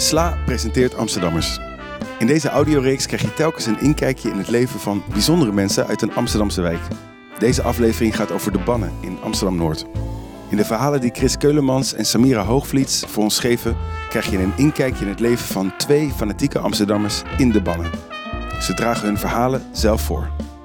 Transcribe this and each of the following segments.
SLA presenteert Amsterdammers. In deze audioreeks krijg je telkens een inkijkje in het leven van bijzondere mensen uit een Amsterdamse wijk. Deze aflevering gaat over de Bannen in Amsterdam-Noord. In de verhalen die Chris Keulemans en Samira Hoogvliets voor ons geven, krijg je een inkijkje in het leven van twee fanatieke Amsterdammers in de Bannen. Ze dragen hun verhalen zelf voor.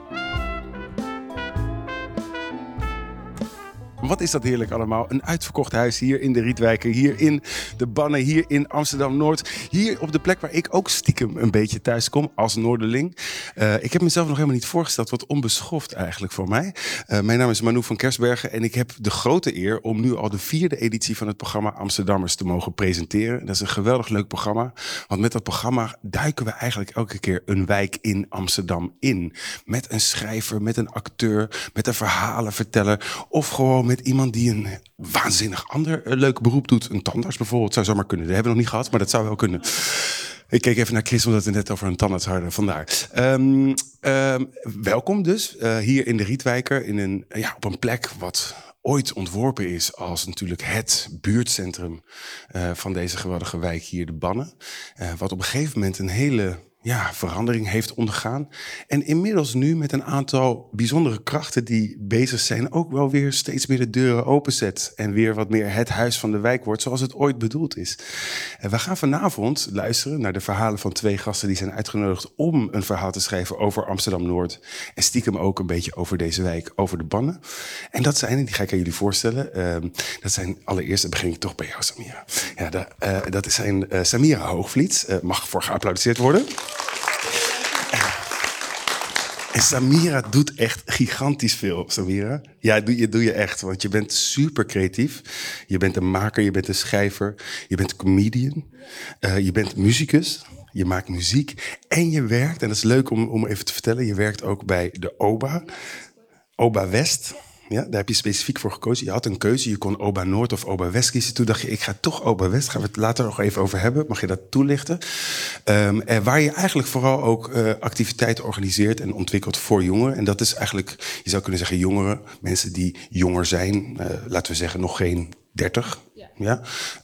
Wat is dat heerlijk allemaal. Een uitverkocht huis hier in de Rietwijken, hier in de Bannen, hier in Amsterdam-Noord. Hier op de plek waar ik ook stiekem een beetje thuis kom als Noorderling. Ik heb mezelf nog helemaal niet voorgesteld, wat onbeschoft eigenlijk voor mij. Mijn naam is Manu van Kersbergen en ik heb de grote eer om nu al de 4e editie van het programma Amsterdammers te mogen presenteren. Dat is een geweldig leuk programma, want met dat programma duiken we eigenlijk elke keer een wijk in Amsterdam in. Met een schrijver, met een acteur, met een verhalenverteller of gewoon met iemand die een waanzinnig ander leuk beroep doet. Een tandarts bijvoorbeeld, zou zomaar kunnen. Dat hebben we nog niet gehad, maar dat zou wel kunnen. Ik keek even naar Chris, omdat we net over een tandarts hadden. Vandaar. Welkom dus, hier in de Rietwijker, op een plek wat ooit ontworpen is als natuurlijk het buurtcentrum van deze geweldige wijk hier, de Bannen. Wat op een gegeven moment een hele verandering heeft ondergaan. En inmiddels nu met een aantal bijzondere krachten die bezig zijn, ook wel weer steeds meer de deuren openzet. En weer wat meer het huis van de wijk wordt zoals het ooit bedoeld is. En we gaan vanavond luisteren naar de verhalen van 2 gasten die zijn uitgenodigd om een verhaal te schrijven over Amsterdam-Noord. En stiekem ook een beetje over deze wijk, over de Bannen. En dat zijn, die ga ik aan jullie voorstellen. Dat zijn allereerst, dan begin ik toch bij jou, Samira. Ja, dat zijn Samira Hoogvliets. Mag voor geapplaudiseerd worden. En Samira doet echt gigantisch veel, Samira. Ja, doe je echt, want je bent super creatief. Je bent een maker, je bent een schrijver, je bent comedian. Je bent muzikus, je maakt muziek. En je werkt, en dat is leuk om even te vertellen, je werkt ook bij de OBA. OBA West. Ja, daar heb je specifiek voor gekozen. Je had een keuze, je kon OBA Noord of OBA West kiezen. Toen dacht je, ik ga toch OBA West. Gaan we het later nog even over hebben. Mag je dat toelichten? Waar je eigenlijk vooral ook activiteiten organiseert en ontwikkelt voor jongeren. En dat is eigenlijk, je zou kunnen zeggen jongeren. Mensen die jonger zijn. Laten we zeggen nog geen 30. Ja.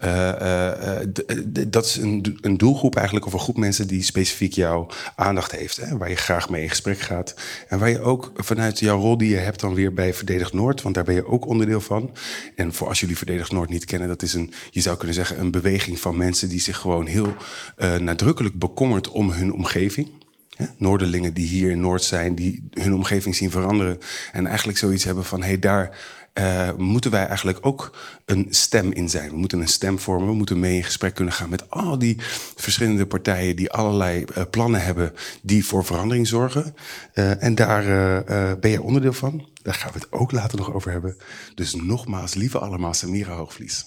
Dat is een doelgroep eigenlijk, of een groep mensen die specifiek jouw aandacht heeft. Hè, waar je graag mee in gesprek gaat. En waar je ook vanuit jouw rol die je hebt dan weer bij Verdedig Noord, want daar ben je ook onderdeel van. En voor als jullie Verdedig Noord niet kennen, dat is je zou kunnen zeggen, een beweging van mensen die zich gewoon heel nadrukkelijk bekommert om hun omgeving. Noorderlingen die hier in Noord zijn, die hun omgeving zien veranderen. En eigenlijk zoiets hebben van, daar moeten wij eigenlijk ook een stem in zijn. We moeten een stem vormen, we moeten mee in gesprek kunnen gaan met al die verschillende partijen die allerlei plannen hebben die voor verandering zorgen. En daar ben je onderdeel van. Daar gaan we het ook later nog over hebben. Dus nogmaals, lieve allemaal, Samira Hoogvliets.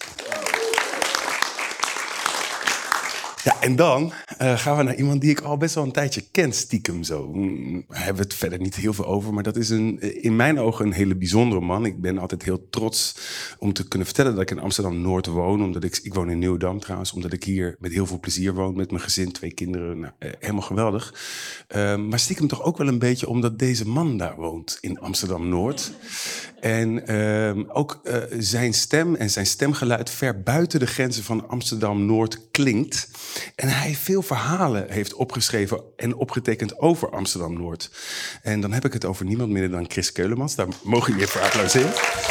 Ja, en dan gaan we naar iemand die ik al best wel een tijdje ken, stiekem zo. Daar hebben we het verder niet heel veel over, maar dat is in mijn ogen een hele bijzondere man. Ik ben altijd heel trots om te kunnen vertellen dat ik in Amsterdam-Noord woon. Omdat ik woon in Nieuwedam trouwens, omdat ik hier met heel veel plezier woon. Met mijn gezin, 2 kinderen, helemaal geweldig. Maar stiekem toch ook wel een beetje omdat deze man daar woont in Amsterdam-Noord. En ook zijn stem en zijn stemgeluid ver buiten de grenzen van Amsterdam-Noord klinkt. En hij veel verhalen heeft opgeschreven en opgetekend over Amsterdam-Noord. En dan heb ik het over niemand minder dan Chris Keulemans. Daar mogen jullie voor applaudisseren.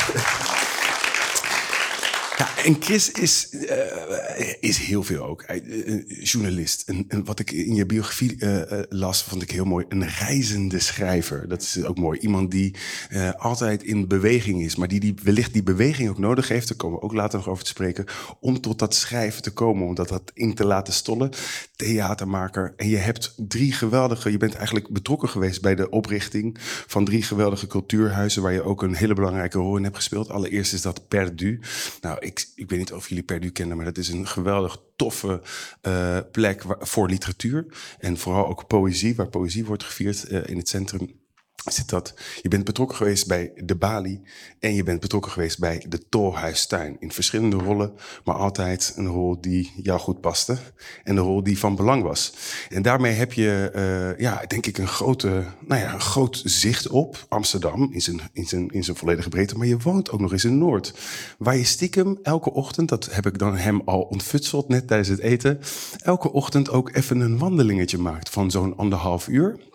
Ja, en Chris is heel veel ook. Journalist. Wat ik in je biografie las, vond ik heel mooi. Een reizende schrijver. Dat is ook mooi. Iemand die altijd in beweging is. Maar die wellicht die beweging ook nodig heeft. Daar komen we ook later nog over te spreken. Om tot dat schrijven te komen. Om dat in te laten stollen. Theatermaker. En je hebt 3 geweldige... Je bent eigenlijk betrokken geweest bij de oprichting van 3 geweldige cultuurhuizen. Waar je ook een hele belangrijke rol in hebt gespeeld. Allereerst is dat Perdu. Nou, ik weet niet of jullie Perdu kennen, maar dat is een geweldig toffe plek voor literatuur. En vooral ook poëzie, waar poëzie wordt gevierd in het centrum. zit dat. Je bent betrokken geweest bij de Bali en je bent betrokken geweest bij de Tolhuistuin. In verschillende rollen, maar altijd een rol die jou goed paste en een rol die van belang was. En daarmee heb je, denk ik, een groot zicht op Amsterdam in zijn volledige breedte. Maar je woont ook nog eens in Noord, waar je stiekem elke ochtend, dat heb ik dan hem al ontfutseld net tijdens het eten, elke ochtend ook even een wandelingetje maakt van zo'n 1,5 uur.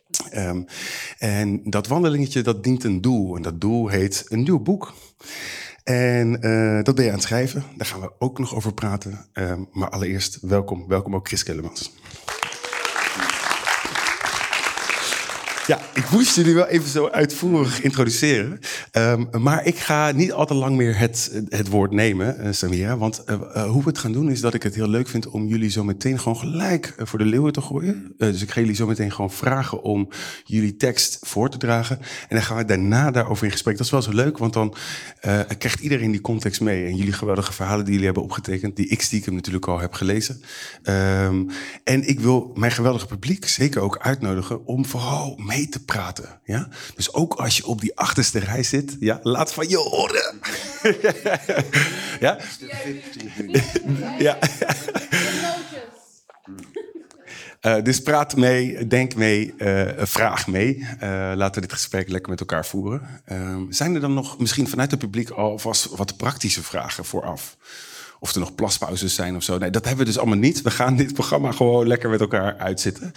En dat wandelingetje, dat dient een doel. En dat doel heet een nieuw boek. En dat ben je aan het schrijven. Daar gaan we ook nog over praten. Maar allereerst, welkom ook Chris Kellemans. Ja, ik moest jullie wel even zo uitvoerig introduceren. Maar ik ga niet al te lang meer het woord nemen, Samira. Want hoe we het gaan doen is dat ik het heel leuk vind om jullie zo meteen gewoon gelijk voor de leeuwen te gooien. Dus ik ga jullie zo meteen gewoon vragen om jullie tekst voor te dragen. En dan gaan we daarna daarover in gesprek. Dat is wel zo leuk, want dan krijgt iedereen die context mee. En jullie geweldige verhalen die jullie hebben opgetekend, die ik stiekem natuurlijk al heb gelezen. En ik wil mijn geweldige publiek zeker ook uitnodigen om vooral mee te praten. Ja? Dus ook als je op die achterste rij zit, ja, laat van je horen. Ja? Ja. Dus praat mee, denk mee, vraag mee. Laten we dit gesprek lekker met elkaar voeren. Zijn er dan nog misschien vanuit het publiek alvast wat praktische vragen vooraf? Of er nog plaspauzes zijn of zo. Nee, dat hebben we dus allemaal niet. We gaan dit programma gewoon lekker met elkaar uitzitten.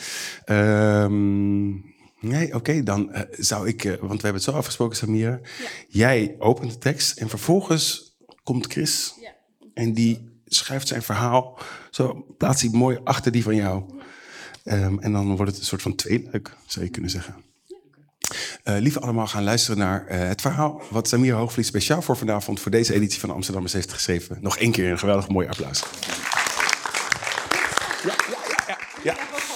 Nee, oké, dan zou ik... want we hebben het zo afgesproken, Samira. Ja. Jij opent de tekst en vervolgens komt Chris. Ja. En die schrijft zijn verhaal. Zo plaatst hij mooi achter die van jou. Ja. En dan wordt het een soort van tweeluik, zou je kunnen zeggen. Lieve allemaal, gaan luisteren naar het verhaal wat Samira Hoogvliet speciaal voor vanavond, voor deze editie van Amsterdammers heeft geschreven. Nog 1 keer een geweldig mooi applaus. Ja.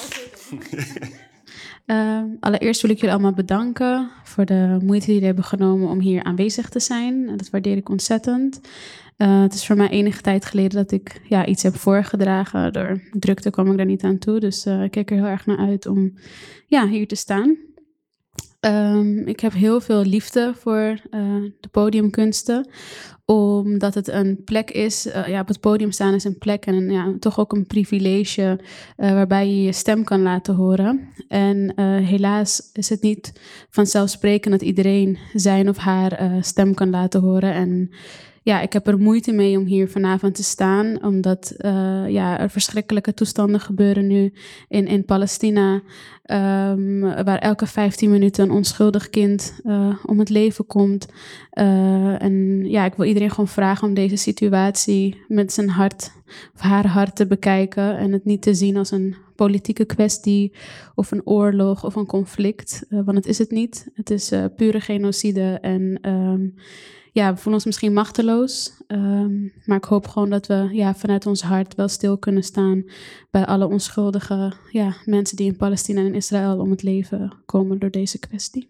Allereerst wil ik jullie allemaal bedanken voor de moeite die jullie hebben genomen om hier aanwezig te zijn. Dat waardeer ik ontzettend. Het is voor mij enige tijd geleden dat ik iets heb voorgedragen. Door drukte kwam ik daar niet aan toe. Dus ik kijk er heel erg naar uit om hier te staan. Ik heb heel veel liefde voor de podiumkunsten, omdat het een plek is. Op het podium staan is een plek en toch ook een privilege waarbij je je stem kan laten horen. En helaas is het niet vanzelfsprekend dat iedereen zijn of haar stem kan laten horen. En ik heb er moeite mee om hier vanavond te staan, omdat er verschrikkelijke toestanden gebeuren nu in Palestina, waar elke 15 minuten een onschuldig kind om het leven komt. Ik wil iedereen gewoon vragen om deze situatie met zijn hart of haar hart te bekijken en het niet te zien als een politieke kwestie of een oorlog of een conflict, want het is het niet. Het is pure genocide en we voelen ons misschien machteloos, maar ik hoop gewoon dat we vanuit ons hart wel stil kunnen staan bij alle onschuldige mensen die in Palestina en Israël om het leven komen door deze kwestie.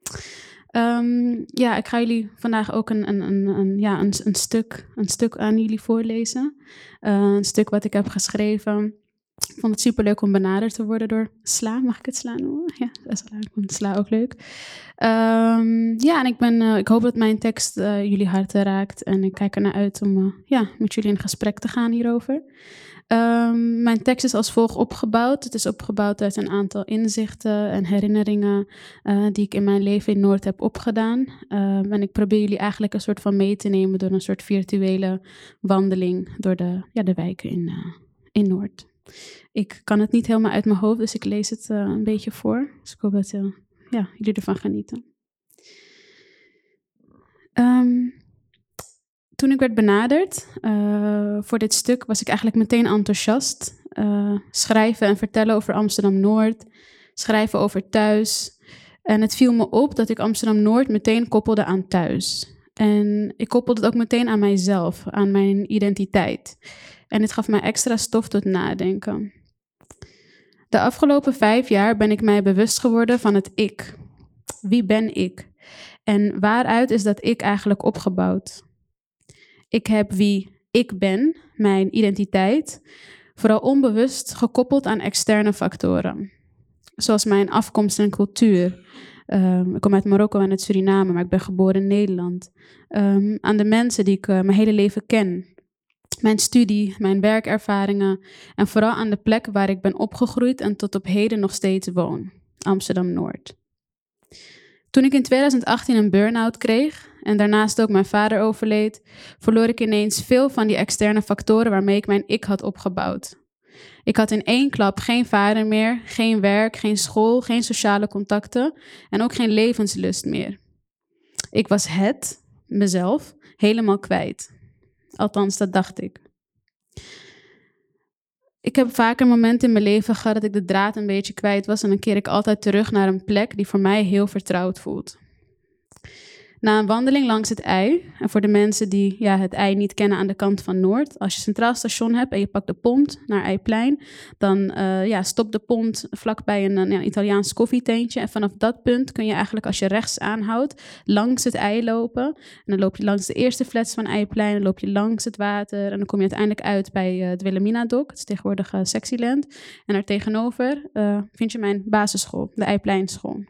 Ik ga jullie vandaag ook een stuk aan jullie voorlezen. Een stuk wat ik heb geschreven. Ik vond het superleuk om benaderd te worden door Sla. Mag ik het Sla noemen? Ja, dat is wel leuk. Ik vond Sla ook leuk. En ik hoop dat mijn tekst jullie harten raakt. En ik kijk ernaar uit om met jullie in gesprek te gaan hierover. Mijn tekst is als volgt opgebouwd. Het is opgebouwd uit een aantal inzichten en herinneringen die ik in mijn leven in Noord heb opgedaan. En ik probeer jullie eigenlijk een soort van mee te nemen door een soort virtuele wandeling door de wijken in Noord. Ik kan het niet helemaal uit mijn hoofd, dus ik lees het een beetje voor. Dus ik hoop dat jullie ervan genieten. Toen ik werd benaderd voor dit stuk, was ik eigenlijk meteen enthousiast. Schrijven en vertellen over Amsterdam-Noord, schrijven over thuis. En het viel me op dat ik Amsterdam-Noord meteen koppelde aan thuis. En ik koppelde het ook meteen aan mijzelf, aan mijn identiteit. En dit gaf mij extra stof tot nadenken. De afgelopen 5 jaar ben ik mij bewust geworden van het ik. Wie ben ik? En waaruit is dat ik eigenlijk opgebouwd? Ik heb wie ik ben, mijn identiteit, vooral onbewust gekoppeld aan externe factoren. Zoals mijn afkomst en cultuur, Ik kom uit Marokko en uit Suriname, maar ik ben geboren in Nederland. Aan de mensen die ik mijn hele leven ken. Mijn studie, mijn werkervaringen en vooral aan de plek waar ik ben opgegroeid en tot op heden nog steeds woon, Amsterdam-Noord. Toen ik in 2018 een burn-out kreeg en daarnaast ook mijn vader overleed, verloor ik ineens veel van die externe factoren waarmee ik mijn ik had opgebouwd. Ik had in één klap geen vader meer, geen werk, geen school, geen sociale contacten en ook geen levenslust meer. Ik was mezelf, helemaal kwijt. Althans, dat dacht ik. Ik heb vaker momenten in mijn leven gehad dat ik de draad een beetje kwijt was en dan keer ik altijd terug naar een plek die voor mij heel vertrouwd voelt. Na een wandeling langs het IJ, en voor de mensen die het IJ niet kennen aan de kant van Noord, als je Centraal Station hebt en je pakt de pont naar IJplein, dan stopt de pont vlakbij een Italiaans koffietentje. En vanaf dat punt kun je eigenlijk, als je rechts aanhoudt, langs het IJ lopen. En dan loop je langs de eerste flats van IJplein, dan loop je langs het water en dan kom je uiteindelijk uit bij het Wilhelmina-dok, het is tegenwoordig Sexyland. En daar tegenover vind je mijn basisschool, de IJpleinschool.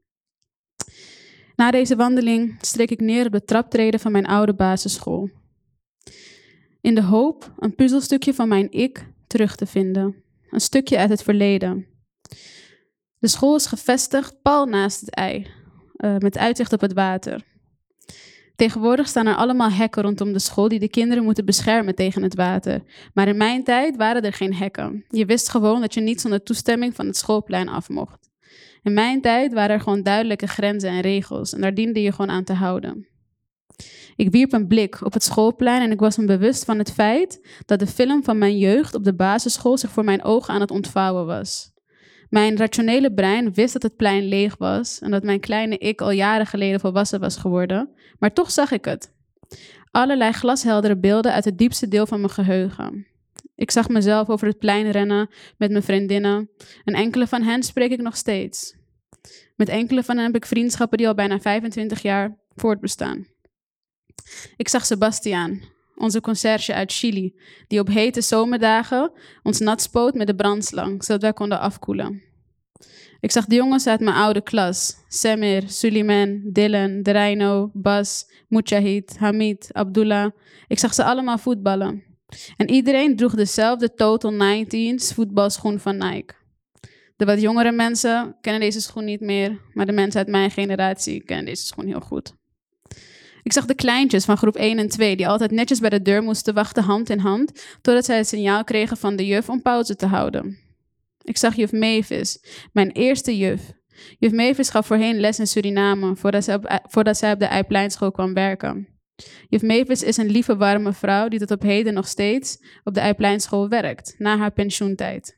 Na deze wandeling streek ik neer op de traptreden van mijn oude basisschool. In de hoop een puzzelstukje van mijn ik terug te vinden. Een stukje uit het verleden. De school is gevestigd pal naast het IJ, met uitzicht op het water. Tegenwoordig staan er allemaal hekken rondom de school die de kinderen moeten beschermen tegen het water. Maar in mijn tijd waren er geen hekken. Je wist gewoon dat je niet zonder toestemming van het schoolplein af mocht. In mijn tijd waren er gewoon duidelijke grenzen en regels en daar diende je gewoon aan te houden. Ik wierp een blik op het schoolplein en ik was me bewust van het feit dat de film van mijn jeugd op de basisschool zich voor mijn ogen aan het ontvouwen was. Mijn rationele brein wist dat het plein leeg was en dat mijn kleine ik al jaren geleden volwassen was geworden, maar toch zag ik het. Allerlei glasheldere beelden uit het diepste deel van mijn geheugen. Ik zag mezelf over het plein rennen met mijn vriendinnen en enkele van hen spreek ik nog steeds. Met enkele van hen heb ik vriendschappen die al bijna 25 jaar voortbestaan. Ik zag Sebastiaan, onze conciërge uit Chili, die op hete zomerdagen ons nat spoot met de brandslang, zodat wij konden afkoelen. Ik zag de jongens uit mijn oude klas, Semir, Suleiman, Dylan, Dereino, Bas, Mujahid, Hamid, Abdullah. Ik zag ze allemaal voetballen. En iedereen droeg dezelfde Total 19's voetbalschoen van Nike. De wat jongere mensen kennen deze schoen niet meer, maar de mensen uit mijn generatie kennen deze schoen heel goed. Ik zag de kleintjes van groep 1 en 2 die altijd netjes bij de deur moesten wachten hand in hand, totdat zij het signaal kregen van de juf om pauze te houden. Ik zag juf Mavis, mijn eerste juf. Juf Mavis gaf voorheen les in Suriname, voordat zij op de IJpleinschool kwam werken. Juf Mavis is een lieve, warme vrouw die tot op heden nog steeds op de IJpleinschool werkt, na haar pensioentijd.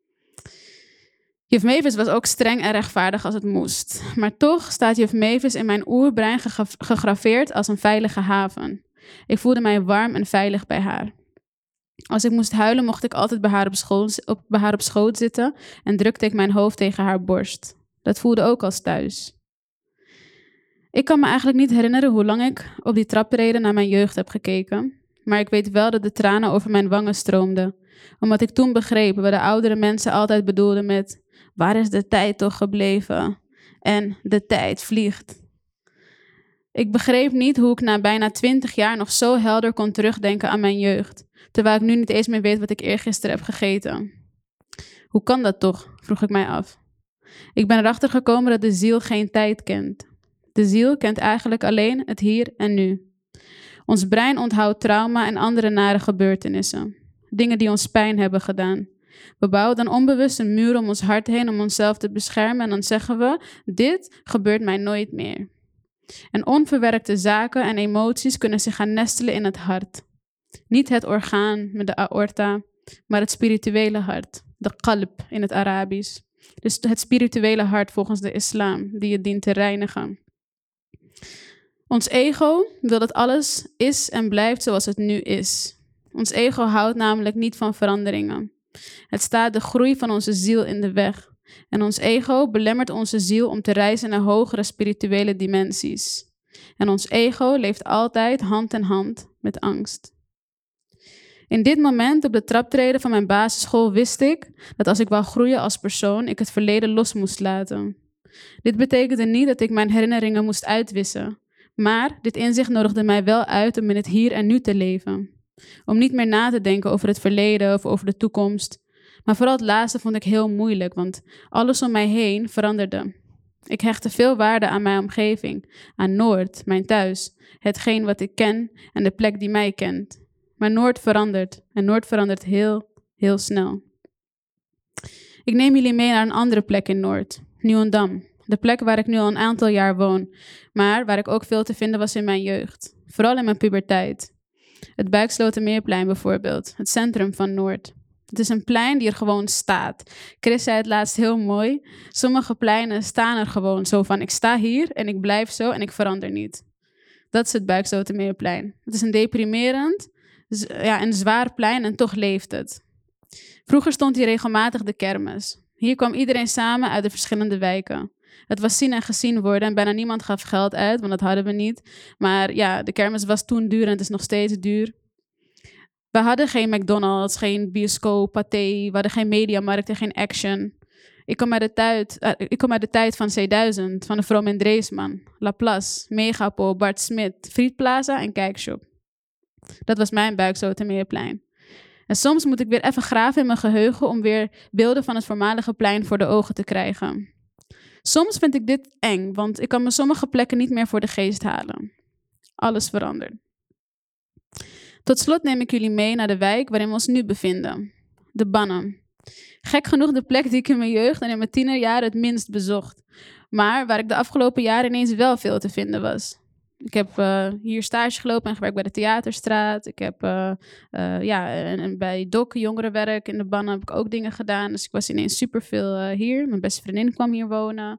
Juf Mavis was ook streng en rechtvaardig als het moest. Maar toch staat juf Mavis in mijn oerbrein gegraveerd als een veilige haven. Ik voelde mij warm en veilig bij haar. Als ik moest huilen, mocht ik altijd bij haar op schoot zitten en drukte ik mijn hoofd tegen haar borst. Dat voelde ook als thuis. Ik kan me eigenlijk niet herinneren hoe lang ik op die trapreden naar mijn jeugd heb gekeken. Maar ik weet wel dat de tranen over mijn wangen stroomden. Omdat ik toen begreep wat de oudere mensen altijd bedoelden met: waar is de tijd toch gebleven? En de tijd vliegt. Ik begreep niet hoe ik na bijna 20 jaar nog zo helder kon terugdenken aan mijn jeugd. Terwijl ik nu niet eens meer weet wat ik eergisteren heb gegeten. Hoe kan dat toch? Vroeg ik mij af. Ik ben erachter gekomen dat de ziel geen tijd kent. De ziel kent eigenlijk alleen het hier en nu. Ons brein onthoudt trauma en andere nare gebeurtenissen. Dingen die ons pijn hebben gedaan. We bouwen dan onbewust een muur om ons hart heen om onszelf te beschermen en dan zeggen we: dit gebeurt mij nooit meer. En onverwerkte zaken en emoties kunnen zich gaan nestelen in het hart. Niet het orgaan met de aorta, maar het spirituele hart. De qalb in het Arabisch. Dus het spirituele hart volgens de islam, die je dient te reinigen. Ons ego wil dat alles is en blijft zoals het nu is. Ons ego houdt namelijk niet van veranderingen. Het staat de groei van onze ziel in de weg. En ons ego belemmert onze ziel om te reizen naar hogere spirituele dimensies. En ons ego leeft altijd hand in hand met angst. In dit moment op de traptreden van mijn basisschool wist ik dat als ik wou groeien als persoon, ik het verleden los moest laten. Dit betekende niet dat ik mijn herinneringen moest uitwissen. Maar dit inzicht nodigde mij wel uit om in het hier en nu te leven. Om niet meer na te denken over het verleden of over de toekomst. Maar vooral het laatste vond ik heel moeilijk, want alles om mij heen veranderde. Ik hechtte veel waarde aan mijn omgeving, aan Noord, mijn thuis, hetgeen wat ik ken en de plek die mij kent. Maar Noord verandert en Noord verandert heel, heel snel. Ik neem jullie mee naar een andere plek in Noord, Nieuwendam. De plek waar ik nu al een aantal jaar woon, maar waar ik ook veel te vinden was in mijn jeugd. Vooral in mijn puberteit. Het Buikslotermeerplein bijvoorbeeld, het centrum van Noord. Het is een plein die er gewoon staat. Chris zei het laatst heel mooi. Sommige pleinen staan er gewoon zo van, ik sta hier en ik blijf zo en ik verander niet. Dat is het Buikslotermeerplein. Het is een deprimerend en zwaar plein en toch leeft het. Vroeger stond hier regelmatig de kermis. Hier kwam iedereen samen uit de verschillende wijken. Het was zien en gezien worden en bijna niemand gaf geld uit, want dat hadden we niet. Maar ja, de kermis was toen duur en het is nog steeds duur. We hadden geen McDonald's, geen bioscoop, Pathé, we hadden geen Mediamarkt en geen Action. Ik kom uit de tijd van C1000, van de Vroom en Dreesman, Laplace, Megapol, Bart Smit, Frietplaza en Kijkshop. Dat was mijn Buikslotermeerplein. En soms moet ik weer even graven in mijn geheugen om weer beelden van het voormalige plein voor de ogen te krijgen. Soms vind ik dit eng, want ik kan me sommige plekken niet meer voor de geest halen. Alles verandert. Tot slot neem ik jullie mee naar de wijk waarin we ons nu bevinden. De Bannen. Gek genoeg de plek die ik in mijn jeugd en in mijn tienerjaren het minst bezocht. Maar waar ik de afgelopen jaren ineens wel veel te vinden was. Ik heb hier stage gelopen en gewerkt bij de Theaterstraat. Ik heb en bij Doc jongerenwerk in de Bannen heb ik ook dingen gedaan. Dus ik was ineens superveel hier. Mijn beste vriendin kwam hier wonen.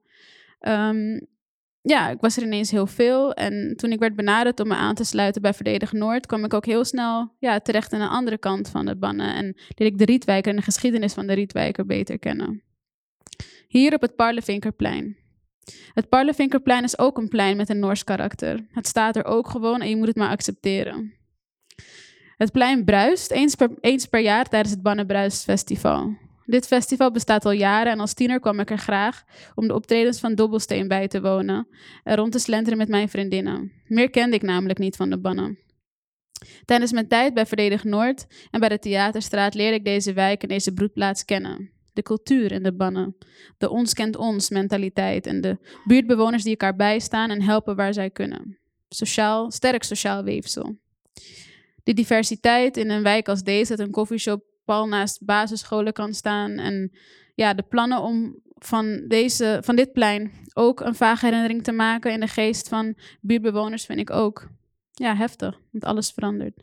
Ik was er ineens heel veel. En toen ik werd benaderd om me aan te sluiten bij Verdedig Noord, kwam ik ook heel snel terecht aan de andere kant van de Bannen. En leerde ik de Rietwijker en de geschiedenis van de Rietwijker beter kennen. Hier op het Parlevinkerplein. Het Parlevinkerplein is ook een plein met een Noors karakter. Het staat er ook gewoon en je moet het maar accepteren. Het plein bruist eens per jaar tijdens het Bannenbruisfestival. Dit festival bestaat al jaren en als tiener kwam ik er graag om de optredens van Dobbelsteen bij te wonen en rond te slenteren met mijn vriendinnen. Meer kende ik namelijk niet van de Bannen. Tijdens mijn tijd bij Verdedig Noord en bij de Theaterstraat leerde ik deze wijk en deze broedplaats kennen. De cultuur in de Bannen, de ons kent ons mentaliteit en de buurtbewoners die elkaar bijstaan en helpen waar zij kunnen. Sterk sociaal weefsel. De diversiteit in een wijk als deze, dat een koffieshop pal naast basisscholen kan staan en de plannen om van dit plein ook een vage herinnering te maken in de geest van buurtbewoners vind ik ook heftig, want alles verandert.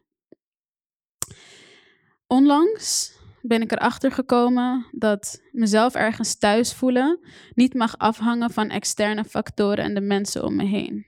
Onlangs ben ik erachter gekomen dat mezelf ergens thuis voelen niet mag afhangen van externe factoren en de mensen om me heen.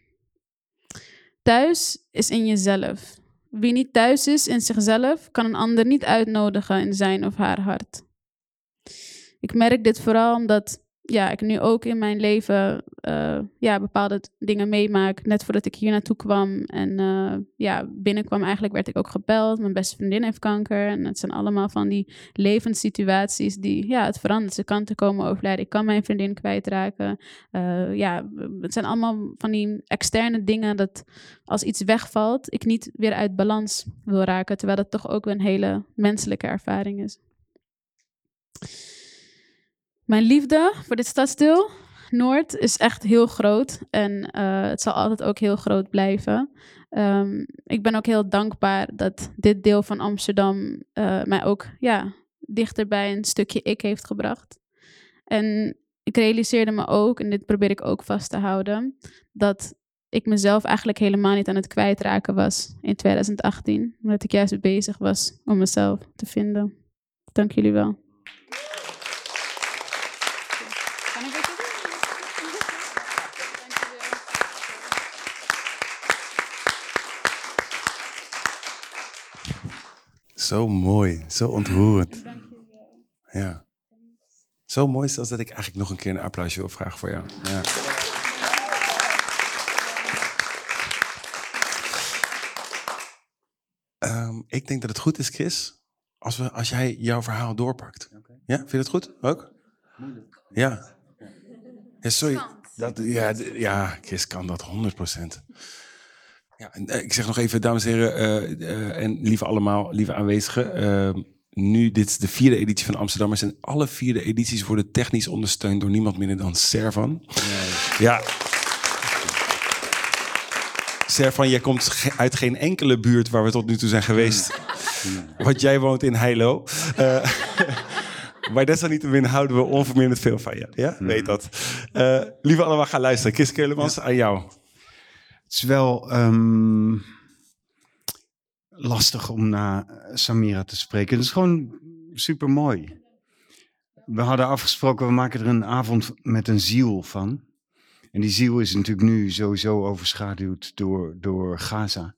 Thuis is in jezelf. Wie niet thuis is in zichzelf, kan een ander niet uitnodigen in zijn of haar hart. Ik merk dit vooral omdat ik nu ook in mijn leven bepaalde dingen meemaak. Net voordat ik hier naartoe kwam en binnenkwam eigenlijk werd ik ook gebeld. Mijn beste vriendin heeft kanker. En het zijn allemaal van die levenssituaties die, het verandert. Ze kan te komen overlijden. Ik kan mijn vriendin kwijtraken. Het zijn allemaal van die externe dingen dat als iets wegvalt, ik niet weer uit balans wil raken. Terwijl dat toch ook een hele menselijke ervaring is. Mijn liefde voor dit stadsdeel, Noord, is echt heel groot. En het zal altijd ook heel groot blijven. Ik ben ook heel dankbaar dat dit deel van Amsterdam mij ook dichter bij een stukje ik heeft gebracht. En ik realiseerde me ook, en dit probeer ik ook vast te houden, dat ik mezelf eigenlijk helemaal niet aan het kwijtraken was in 2018. Omdat ik juist bezig was om mezelf te vinden. Dank jullie wel. Zo mooi, zo ontroerend. Ja. Zo mooi zelfs dat ik eigenlijk nog een keer een applausje wil vragen voor jou. Ja. Ik denk dat het goed is, Chris, als jij jouw verhaal doorpakt. Ja, vind je dat goed? Ook? Ja. Ja, sorry. Ja, Chris kan dat 100%. Ja, en, ik zeg nog even, dames en heren en lieve aanwezigen. Nu, dit is de 4e editie van Amsterdammers. En alle 4 edities worden technisch ondersteund door niemand minder dan Servan. Nee. Ja. Servan, jij komt uit geen enkele buurt waar we tot nu toe zijn geweest. Want jij woont in Heilo. Maar desalniettemin houden we onverminderd veel van je. Ja, weet dat. Lieve allemaal, gaan luisteren. Chris Keulemans, aan jou. Het is wel lastig om naar Samira te spreken. Het is gewoon super mooi. We hadden afgesproken, we maken er een avond met een ziel van. En die ziel is natuurlijk nu sowieso overschaduwd door Gaza.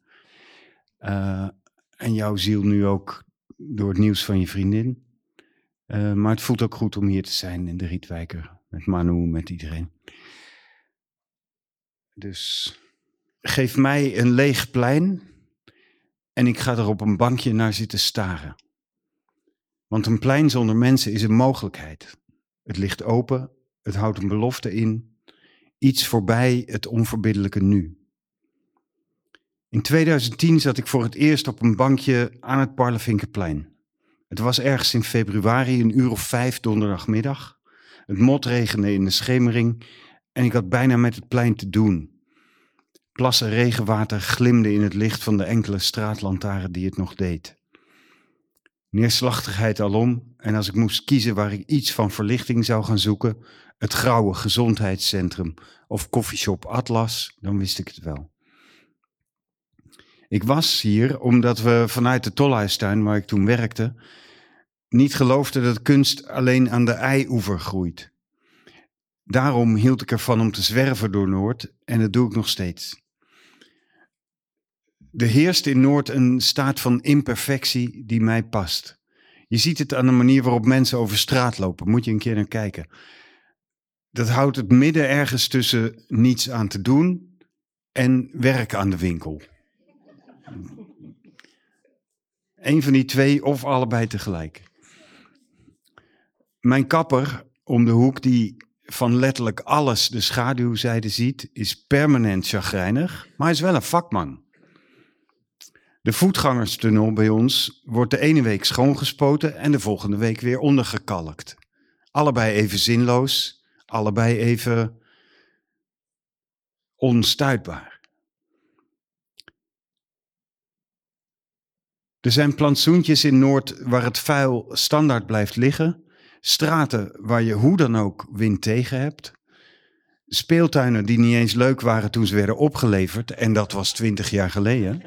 En jouw ziel nu ook door het nieuws van je vriendin. Maar het voelt ook goed om hier te zijn in de Rietwijker. Met Manu, met iedereen. Dus geef mij een leeg plein en ik ga er op een bankje naar zitten staren. Want een plein zonder mensen is een mogelijkheid. Het ligt open, het houdt een belofte in. Iets voorbij het onverbiddelijke nu. In 2010 zat ik voor het eerst op een bankje aan het Parlevinkenplein. Het was ergens in februari, 5:00 donderdagmiddag. Het motregende in de schemering en ik had bijna met het plein te doen. Plassen regenwater glimden in het licht van de enkele straatlantaarn die het nog deed. Neerslachtigheid alom, en als ik moest kiezen waar ik iets van verlichting zou gaan zoeken, het grauwe gezondheidscentrum of koffieshop Atlas, dan wist ik het wel. Ik was hier omdat we vanuit de Tolhuistuin, waar ik toen werkte, niet geloofden dat kunst alleen aan de IJ-oever groeit. Daarom hield ik ervan om te zwerven door Noord en dat doe ik nog steeds. Er heerst in Noord een staat van imperfectie die mij past. Je ziet het aan de manier waarop mensen over straat lopen. Moet je een keer naar kijken. Dat houdt het midden ergens tussen niets aan te doen en werk aan de winkel. Eén van die twee of allebei tegelijk. Mijn kapper om de hoek die van letterlijk alles de schaduwzijde ziet, is permanent chagrijnig, maar hij is wel een vakman. De voetgangerstunnel bij ons wordt de ene week schoongespoten en de volgende week weer ondergekalkt. Allebei even zinloos, allebei even onstuitbaar. Er zijn plantsoentjes in Noord waar het vuil standaard blijft liggen. Straten waar je hoe dan ook wind tegen hebt. Speeltuinen die niet eens leuk waren toen ze werden opgeleverd. En dat was 20 jaar geleden.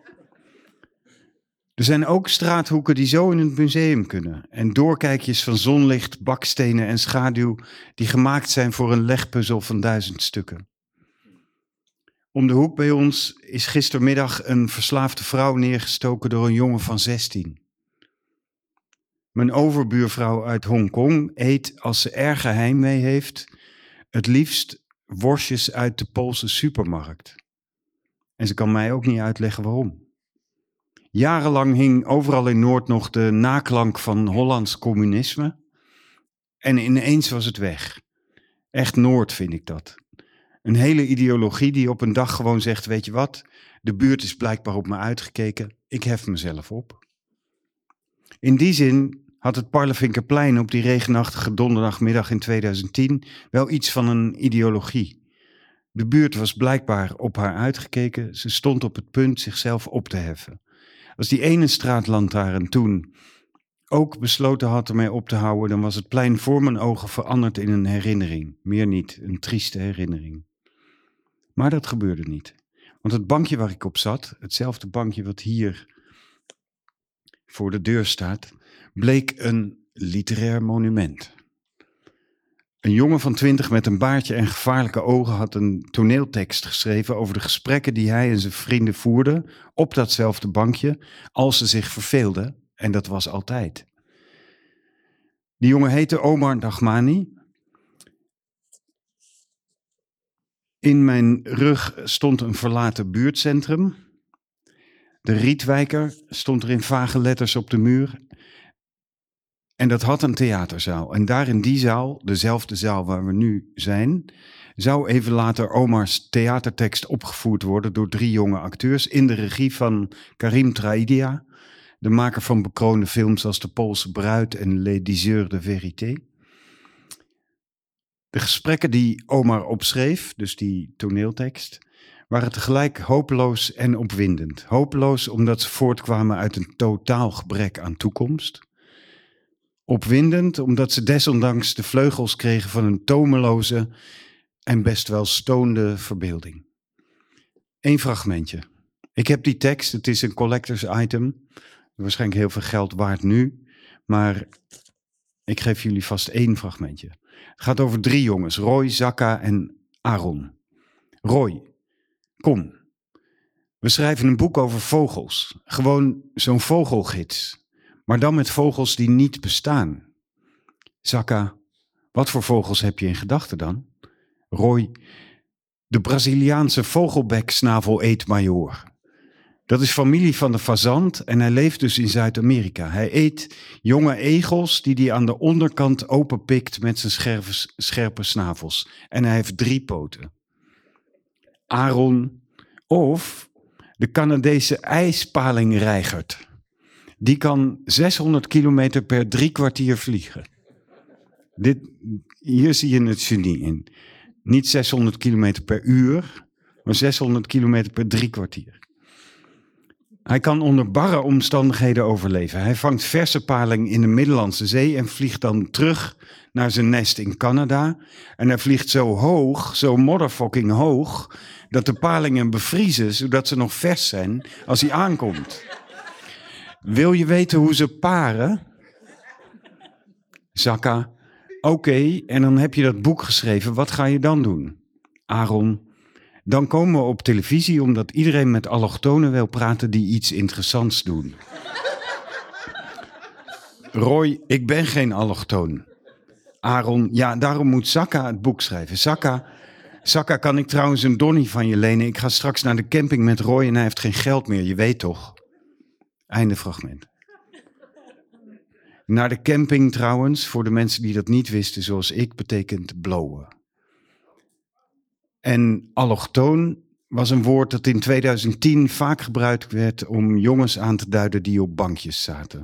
Er zijn ook straathoeken die zo in het museum kunnen. En doorkijkjes van zonlicht, bakstenen en schaduw die gemaakt zijn voor een legpuzzel van 1000 stukken. Om de hoek bij ons is gistermiddag een verslaafde vrouw neergestoken door een jongen van 16. Mijn overbuurvrouw uit Hongkong eet, als ze erg heimwee heeft, het liefst worstjes uit de Poolse supermarkt. En ze kan mij ook niet uitleggen waarom. Jarenlang hing overal in Noord nog de naklank van Hollands communisme. En ineens was het weg. Echt Noord vind ik dat. Een hele ideologie die op een dag gewoon zegt, weet je wat, de buurt is blijkbaar op me uitgekeken, ik hef mezelf op. In die zin had het Parlevinkenplein op die regenachtige donderdagmiddag in 2010 wel iets van een ideologie. De buurt was blijkbaar op haar uitgekeken, ze stond op het punt zichzelf op te heffen. Als die ene straatlantaarn toen ook besloten had ermee op te houden, dan was het plein voor mijn ogen veranderd in een herinnering. Meer niet, een trieste herinnering. Maar dat gebeurde niet. Want het bankje waar ik op zat, hetzelfde bankje wat hier voor de deur staat, bleek een literair monument. Een jongen van 20 met een baardje en gevaarlijke ogen had een toneeltekst geschreven over de gesprekken die hij en zijn vrienden voerden op datzelfde bankje als ze zich verveelden. En dat was altijd. Die jongen heette Omar Dagmani. In mijn rug stond een verlaten buurtcentrum. De Rietwijker stond er in vage letters op de muur. En dat had een theaterzaal. En daar in die zaal, dezelfde zaal waar we nu zijn, zou even later Omars theatertekst opgevoerd worden door 3 jonge acteurs in de regie van Karim Traidia, de maker van bekroonde films als De Poolse Bruid en Les Diseurs de Vérité. De gesprekken die Omar opschreef, dus die toneeltekst, waren tegelijk hopeloos en opwindend. Hopeloos omdat ze voortkwamen uit een totaal gebrek aan toekomst. Opwindend omdat ze desondanks de vleugels kregen van een tomeloze en best wel stoonde verbeelding. 1 fragmentje. Ik heb die tekst, het is een collectors item. Waarschijnlijk heel veel geld waard nu, maar ik geef jullie vast 1 fragmentje. Het gaat over 3 jongens, Roy, Zakka en Aaron. Roy, kom. We schrijven een boek over vogels. Gewoon zo'n vogelgids. Maar dan met vogels die niet bestaan. Zakka, wat voor vogels heb je in gedachten dan? Roy, de Braziliaanse vogelbeksnavel-eetmajoor. Dat is familie van de fazant en hij leeft dus in Zuid-Amerika. Hij eet jonge egels die hij aan de onderkant openpikt met zijn scherpe snavels. En hij heeft 3 poten. Aaron of de Canadese ijspalingreigert. Die kan 600 kilometer per 3 kwartier vliegen. Hier zie je het genie in. Niet 600 kilometer per uur, maar 600 kilometer per 3 kwartier. Hij kan onder barre omstandigheden overleven. Hij vangt verse paling in de Middellandse Zee en vliegt dan terug naar zijn nest in Canada. En hij vliegt zo hoog, zo motherfucking hoog, dat de palingen bevriezen, zodat ze nog vers zijn als hij aankomt. Wil je weten hoe ze paren? Zakka, oké, en dan heb je dat boek geschreven, wat ga je dan doen? Aaron, dan komen we op televisie omdat iedereen met allochtonen wil praten die iets interessants doen. Roy, ik ben geen allochtoon. Aaron, ja, daarom moet Zakka het boek schrijven. Zakka, kan ik trouwens een donnie van je lenen? Ik ga straks naar de camping met Roy en hij heeft geen geld meer, je weet toch? Einde fragment. Naar de camping trouwens, voor de mensen die dat niet wisten zoals ik, betekent blowen. En allochtoon was een woord dat in 2010 vaak gebruikt werd om jongens aan te duiden die op bankjes zaten.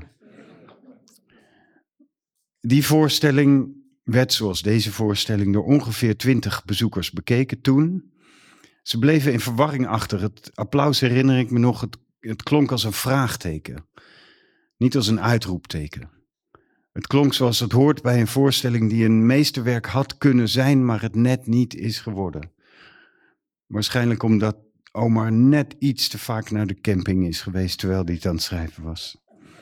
Die voorstelling werd, zoals deze voorstelling, door ongeveer 20 bezoekers bekeken toen. Ze bleven in verwarring achter. Het applaus herinner ik me nog, het klonk als een vraagteken. Niet als een uitroepteken. Het klonk zoals het hoort bij een voorstelling die een meesterwerk had kunnen zijn, maar het net niet is geworden. Waarschijnlijk omdat Omar net iets te vaak naar de camping is geweest terwijl hij het aan het schrijven was.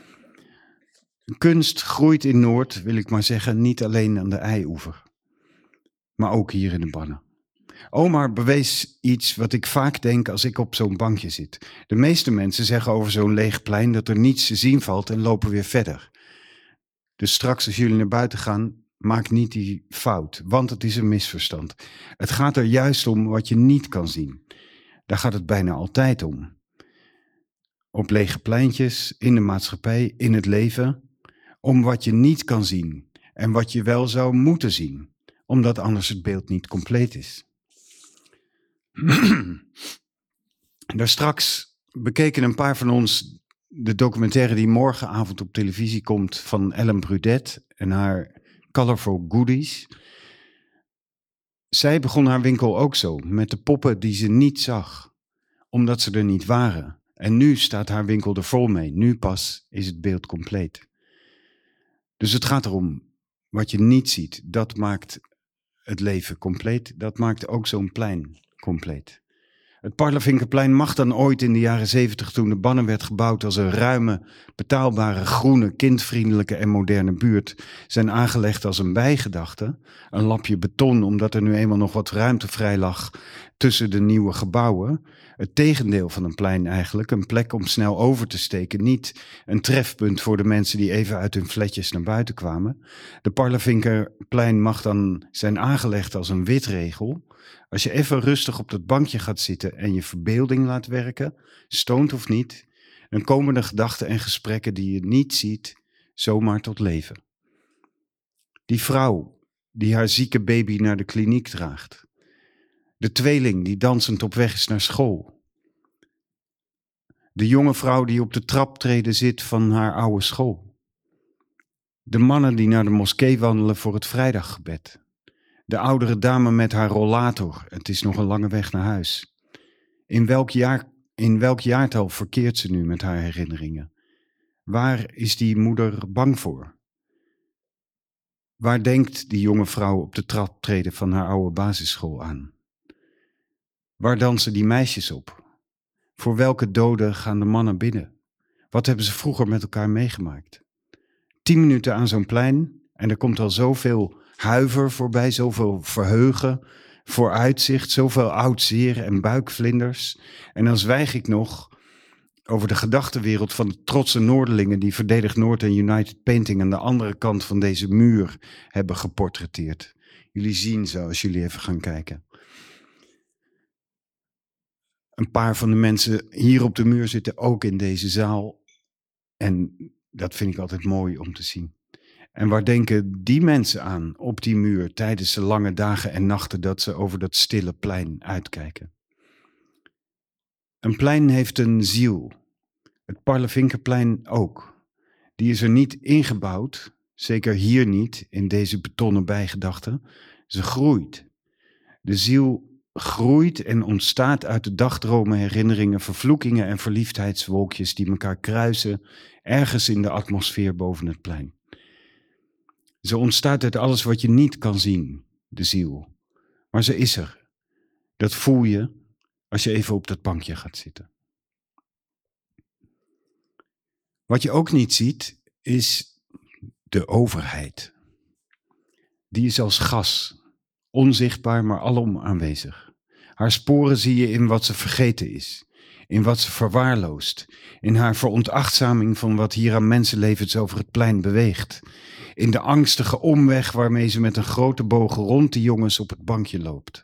Kunst groeit in Noord, wil ik maar zeggen, niet alleen aan de IJoever, maar ook hier in de Bannen. Omar bewees iets wat ik vaak denk als ik op zo'n bankje zit. De meeste mensen zeggen over zo'n leeg plein dat er niets te zien valt en lopen weer verder. Dus straks als jullie naar buiten gaan, maak niet die fout, want het is een misverstand. Het gaat er juist om wat je niet kan zien. Daar gaat het bijna altijd om. Op lege pleintjes, in de maatschappij, in het leven, om wat je niet kan zien en wat je wel zou moeten zien, omdat anders het beeld niet compleet is. Daar straks bekeken een paar van ons de documentaire die morgenavond op televisie komt van Ellen Brudet en haar Colorful Goodies. Zij begon haar winkel ook zo, met de poppen die ze niet zag, omdat ze er niet waren. En nu staat haar winkel er vol mee. Nu pas is het beeld compleet. Dus het gaat erom, wat je niet ziet, dat maakt het leven compleet. Dat maakt ook zo'n plein compleet. Het Parlevinkerplein mag dan ooit in de jaren 70, toen de Bannen werd gebouwd als een ruime, betaalbare, groene, kindvriendelijke en moderne buurt, zijn aangelegd als een bijgedachte. Een lapje beton, omdat er nu eenmaal nog wat ruimte vrij lag tussen de nieuwe gebouwen. Het tegendeel van een plein eigenlijk, een plek om snel over te steken. Niet een trefpunt voor de mensen die even uit hun flatjes naar buiten kwamen. De Parlevinkerplein mag dan zijn aangelegd als een witregel. Als je even rustig op dat bankje gaat zitten en je verbeelding laat werken, stoned of niet, dan komen de gedachten en gesprekken die je niet ziet zomaar tot leven. Die vrouw die haar zieke baby naar de kliniek draagt. De tweeling die dansend op weg is naar school. De jonge vrouw die op de traptreden zit van haar oude school. De mannen die naar de moskee wandelen voor het vrijdaggebed. De oudere dame met haar rollator. Het is nog een lange weg naar huis. In welk jaartal verkeert ze nu met haar herinneringen? Waar is die moeder bang voor? Waar denkt die jonge vrouw op de traptreden van haar oude basisschool aan? Waar dansen die meisjes op? Voor welke doden gaan de mannen binnen? Wat hebben ze vroeger met elkaar meegemaakt? 10 minuten aan zo'n plein en er komt al zoveel huiver voorbij, zoveel verheugen, vooruitzicht, zoveel oud zeer en buikvlinders. En dan zwijg ik nog over de gedachtenwereld van de trotse Noorderlingen die Verdedigd Noord en United Painting aan de andere kant van deze muur hebben geportretteerd. Jullie zien ze als jullie even gaan kijken. Een paar van de mensen hier op de muur zitten ook in deze zaal. En dat vind ik altijd mooi om te zien. En waar denken die mensen aan op die muur tijdens de lange dagen en nachten dat ze over dat stille plein uitkijken? Een plein heeft een ziel. Het Parlevinkerplein ook. Die is er niet ingebouwd, zeker hier niet, in deze betonnen bijgedachte. Ze groeit. De ziel groeit en ontstaat uit de dagdromen, herinneringen, vervloekingen en verliefdheidswolkjes die elkaar kruisen ergens in de atmosfeer boven het plein. Ze ontstaat uit alles wat je niet kan zien, de ziel. Maar ze is er. Dat voel je als je even op dat bankje gaat zitten. Wat je ook niet ziet, is de overheid. Die is als gas, onzichtbaar maar alom aanwezig. Haar sporen zie je in wat ze vergeten is, in wat ze verwaarloost, in haar veronachtzaming van wat hier aan mensenlevens over het plein beweegt, in de angstige omweg waarmee ze met een grote boog rond de jongens op het bankje loopt.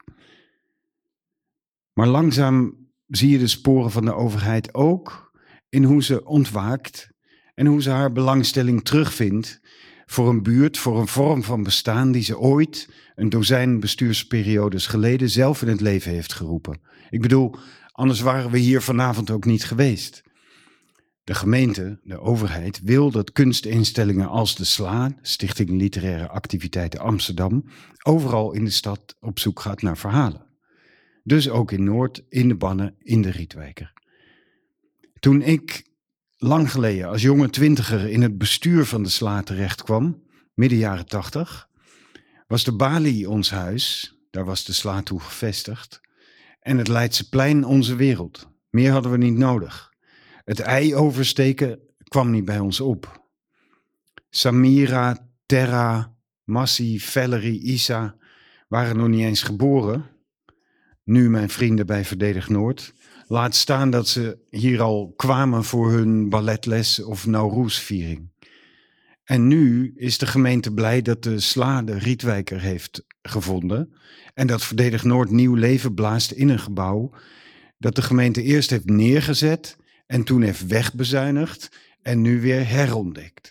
Maar langzaam zie je de sporen van de overheid ook in hoe ze ontwaakt en hoe ze haar belangstelling terugvindt voor een buurt, voor een vorm van bestaan die ze ooit, een dozijn bestuursperiodes geleden, zelf in het leven heeft geroepen. Ik bedoel, anders waren we hier vanavond ook niet geweest. De gemeente, de overheid, wil dat kunstinstellingen als de SLA, Stichting Literaire Activiteiten Amsterdam, overal in de stad op zoek gaat naar verhalen. Dus ook in Noord, in de Bannen, in de Rietwijker. Toen ik lang geleden als jonge 20er in het bestuur van de SLA terecht kwam, midden jaren 80, was de Balie ons huis, daar was de SLA toe gevestigd, en het Leidseplein onze wereld. Meer hadden we niet nodig. Het ei oversteken kwam niet bij ons op. Samira, Terra, Massi, Valerie, Isa waren nog niet eens geboren. Nu mijn vrienden bij Verdedigd Noord. Laat staan dat ze hier al kwamen voor hun balletles of Nowruz-viering. En nu is de gemeente blij dat de SLA de Rietwijker heeft gevonden en dat Verdedigd Noord nieuw leven blaast in een gebouw dat de gemeente eerst heeft neergezet en toen heeft wegbezuinigd en nu weer herontdekt.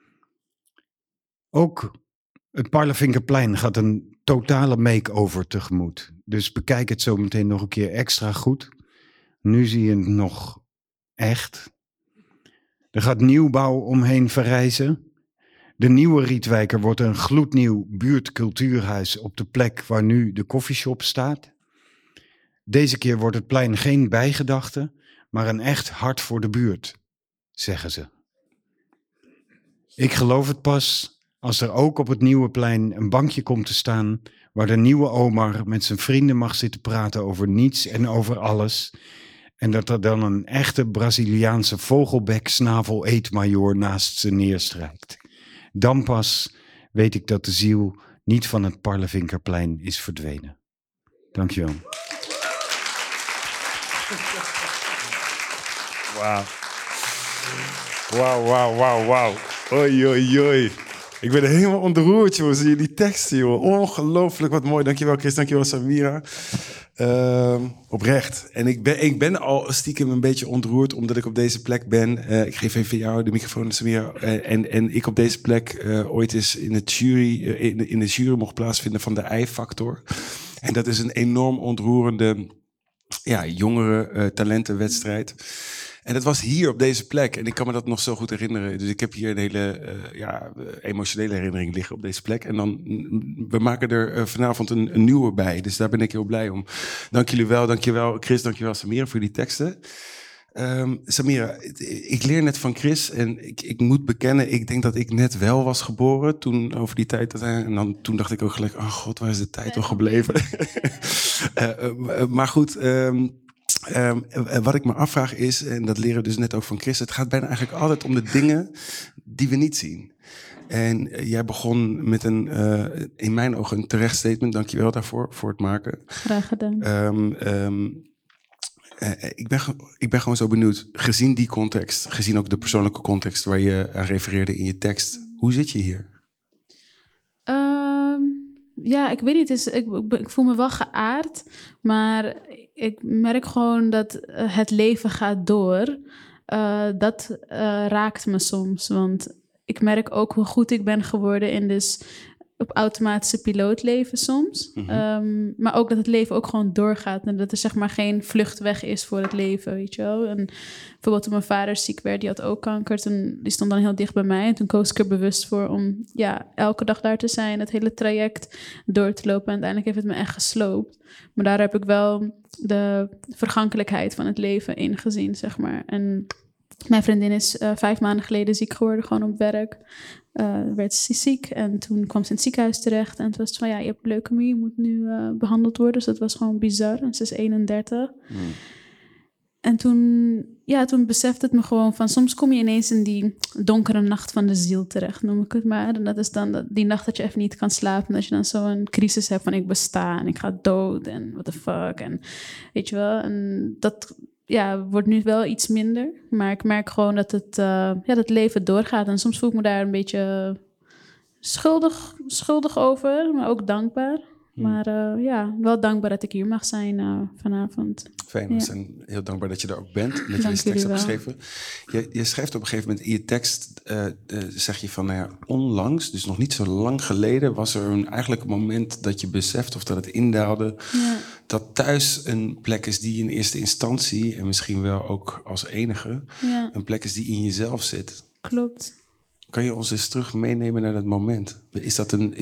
Ook het Parlevinkerplein gaat een totale make-over tegemoet. Dus bekijk het zo meteen nog een keer extra goed. Nu zie je het nog echt. Er gaat nieuwbouw omheen verrijzen. De nieuwe Rietwijker wordt een gloednieuw buurtcultuurhuis op de plek waar nu de koffieshop staat. Deze keer wordt het plein geen bijgedachte, maar een echt hart voor de buurt, zeggen ze. Ik geloof het pas als er ook op het nieuwe plein een bankje komt te staan waar de nieuwe Omar met zijn vrienden mag zitten praten over niets en over alles. En dat er dan een echte Braziliaanse vogelbek-snavel-eetmajoor naast ze neerstrijkt. Dan pas weet ik dat de ziel niet van het Parlevinkerplein is verdwenen. Dankjewel. Wauw. Wauw. Oei, oei, oei. Ik ben helemaal ontroerd, joh. Zie je die teksten, joh. Ongelooflijk, wat mooi. Dankjewel, Chris. Dankjewel, Samira. Oprecht. En ik ben al stiekem een beetje ontroerd omdat ik op deze plek ben. Ik geef even jou de microfoon, Samira. En ik op deze plek ooit eens in de jury mocht plaatsvinden van de I-factor. En dat is een enorm ontroerende jongere talentenwedstrijd. En dat was hier op deze plek. En ik kan me dat nog zo goed herinneren. Dus ik heb hier een hele emotionele herinnering liggen op deze plek. En dan, we maken er vanavond een nieuwe bij. Dus daar ben ik heel blij om. Dank jullie wel. Dankjewel Chris, dankjewel Samira voor die teksten. Samira, ik leer net van Chris en ik moet bekennen, ik denk dat ik net wel was geboren toen over die tijd. En dan, toen dacht ik ook gelijk, oh god, waar is de tijd toch gebleven? Maar goed, wat ik me afvraag is, en dat leren we dus net ook van Chris, het gaat bijna eigenlijk altijd om de dingen die we niet zien. En jij begon met in mijn ogen een terecht statement, dankjewel daarvoor, voor het maken. Graag gedaan. Ik ben gewoon zo benieuwd, gezien die context, gezien ook de persoonlijke context waar je aan refereerde in je tekst, hoe zit je hier? Ik weet niet, ik voel me wel geaard, maar ik merk gewoon dat het leven gaat door. Dat raakt me soms, want ik merk ook hoe goed ik ben geworden in dus op automatische piloot leven soms. Mm-hmm. Maar ook dat het leven ook gewoon doorgaat. En dat er zeg maar geen vluchtweg is voor het leven, weet je wel. En bijvoorbeeld toen mijn vader ziek werd, die had ook kanker. Die stond dan heel dicht bij mij. En toen koos ik er bewust voor om elke dag daar te zijn. Het hele traject door te lopen. En uiteindelijk heeft het me echt gesloopt. Maar daar heb ik wel de vergankelijkheid van het leven ingezien, zeg maar. En mijn vriendin is 5 maanden geleden ziek geworden, gewoon op werk. Werd ze ziek en toen kwam ze in het ziekenhuis terecht. En toen was het van, je hebt leukemie, je moet nu behandeld worden. Dus dat was gewoon bizar. En ze is 31. En toen besefte het me gewoon van, soms kom je ineens in die donkere nacht van de ziel terecht, noem ik het maar. En dat is dan die nacht dat je even niet kan slapen. En dat je dan zo'n crisis hebt van, ik besta en ik ga dood en what the fuck. En weet je wel, en dat wordt nu wel iets minder. Maar ik merk gewoon dat het leven doorgaat. En soms voel ik me daar een beetje schuldig over, maar ook dankbaar. Maar wel dankbaar dat ik hier mag zijn vanavond. Fijn, we zijn heel dankbaar dat je er ook bent. Dat je deze tekst hebt geschreven. Je schrijft op een gegeven moment in je tekst, zeg je van, onlangs, dus nog niet zo lang geleden, was er eigenlijk een moment dat je beseft of dat het indaalde, dat thuis een plek is die in eerste instantie, en misschien wel ook als enige, een plek is die in jezelf zit. Klopt. Kan je ons eens terug meenemen naar dat moment? Is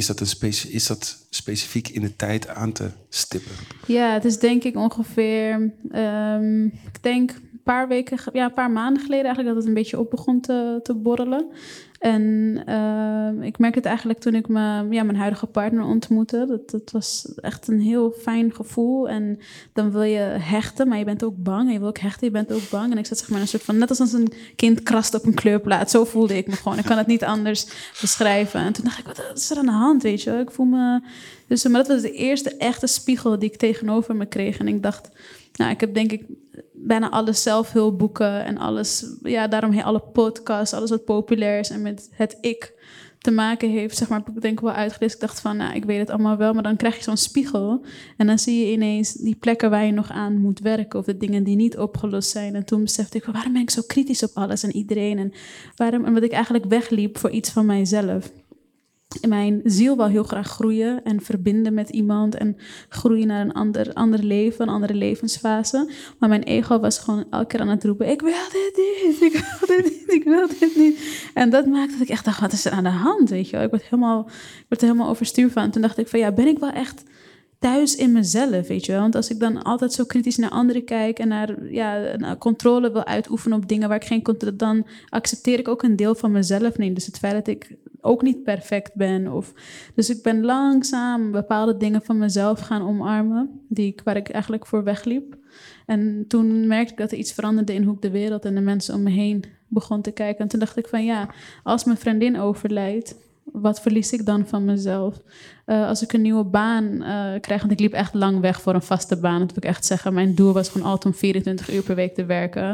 dat specifiek in de tijd aan te stippen? Ja, het is denk ik ongeveer, ik denk een paar maanden geleden eigenlijk dat het een beetje op begon te borrelen. En ik merk het eigenlijk toen ik mijn huidige partner ontmoette. Dat was echt een heel fijn gevoel. En dan wil je hechten, maar je bent ook bang. En je wil ook hechten, je bent ook bang. En ik zat zeg maar een soort van, net als een kind krast op een kleurplaat. Zo voelde ik me gewoon. Ik kan het niet anders beschrijven. En toen dacht ik, wat is er aan de hand, weet je? Ik voel me... Dus, maar dat was de eerste echte spiegel die ik tegenover me kreeg. En ik dacht, ik heb denk ik bijna alle zelfhulpboeken en alles, daarom alle podcasts, alles wat populair is en met het ik te maken heeft, zeg maar, heb ik denk ik wel uitgelezen. Ik dacht van, ik weet het allemaal wel, maar dan krijg je zo'n spiegel en dan zie je ineens die plekken waar je nog aan moet werken of de dingen die niet opgelost zijn. En toen besefte ik, waarom ben ik zo kritisch op alles en iedereen en wat ik eigenlijk wegliep voor iets van mijzelf. In mijn ziel wil heel graag groeien en verbinden met iemand en groeien naar een ander leven, een andere levensfase. Maar mijn ego was gewoon elke keer aan het roepen, ik wil dit niet, ik wil dit niet, ik wil dit niet. En dat maakte dat ik echt dacht, wat is er aan de hand, weet je wel? Ik werd er helemaal overstuur van. En toen dacht ik van, ben ik wel echt thuis in mezelf, weet je wel? Want als ik dan altijd zo kritisch naar anderen kijk en naar controle wil uitoefenen op dingen waar ik geen controle, dan accepteer ik ook een deel van mezelf niet. Dus het feit dat ik ook niet perfect ben. Dus ik ben langzaam bepaalde dingen van mezelf gaan omarmen, waar ik eigenlijk voor wegliep. En toen merkte ik dat er iets veranderde in hoe ik de wereld en de mensen om me heen begon te kijken. En toen dacht ik van als mijn vriendin overlijdt, wat verlies ik dan van mezelf? Als ik een nieuwe baan krijg, want ik liep echt lang weg voor een vaste baan. Dat wil ik echt zeggen. Mijn doel was gewoon altijd om 24 uur per week te werken.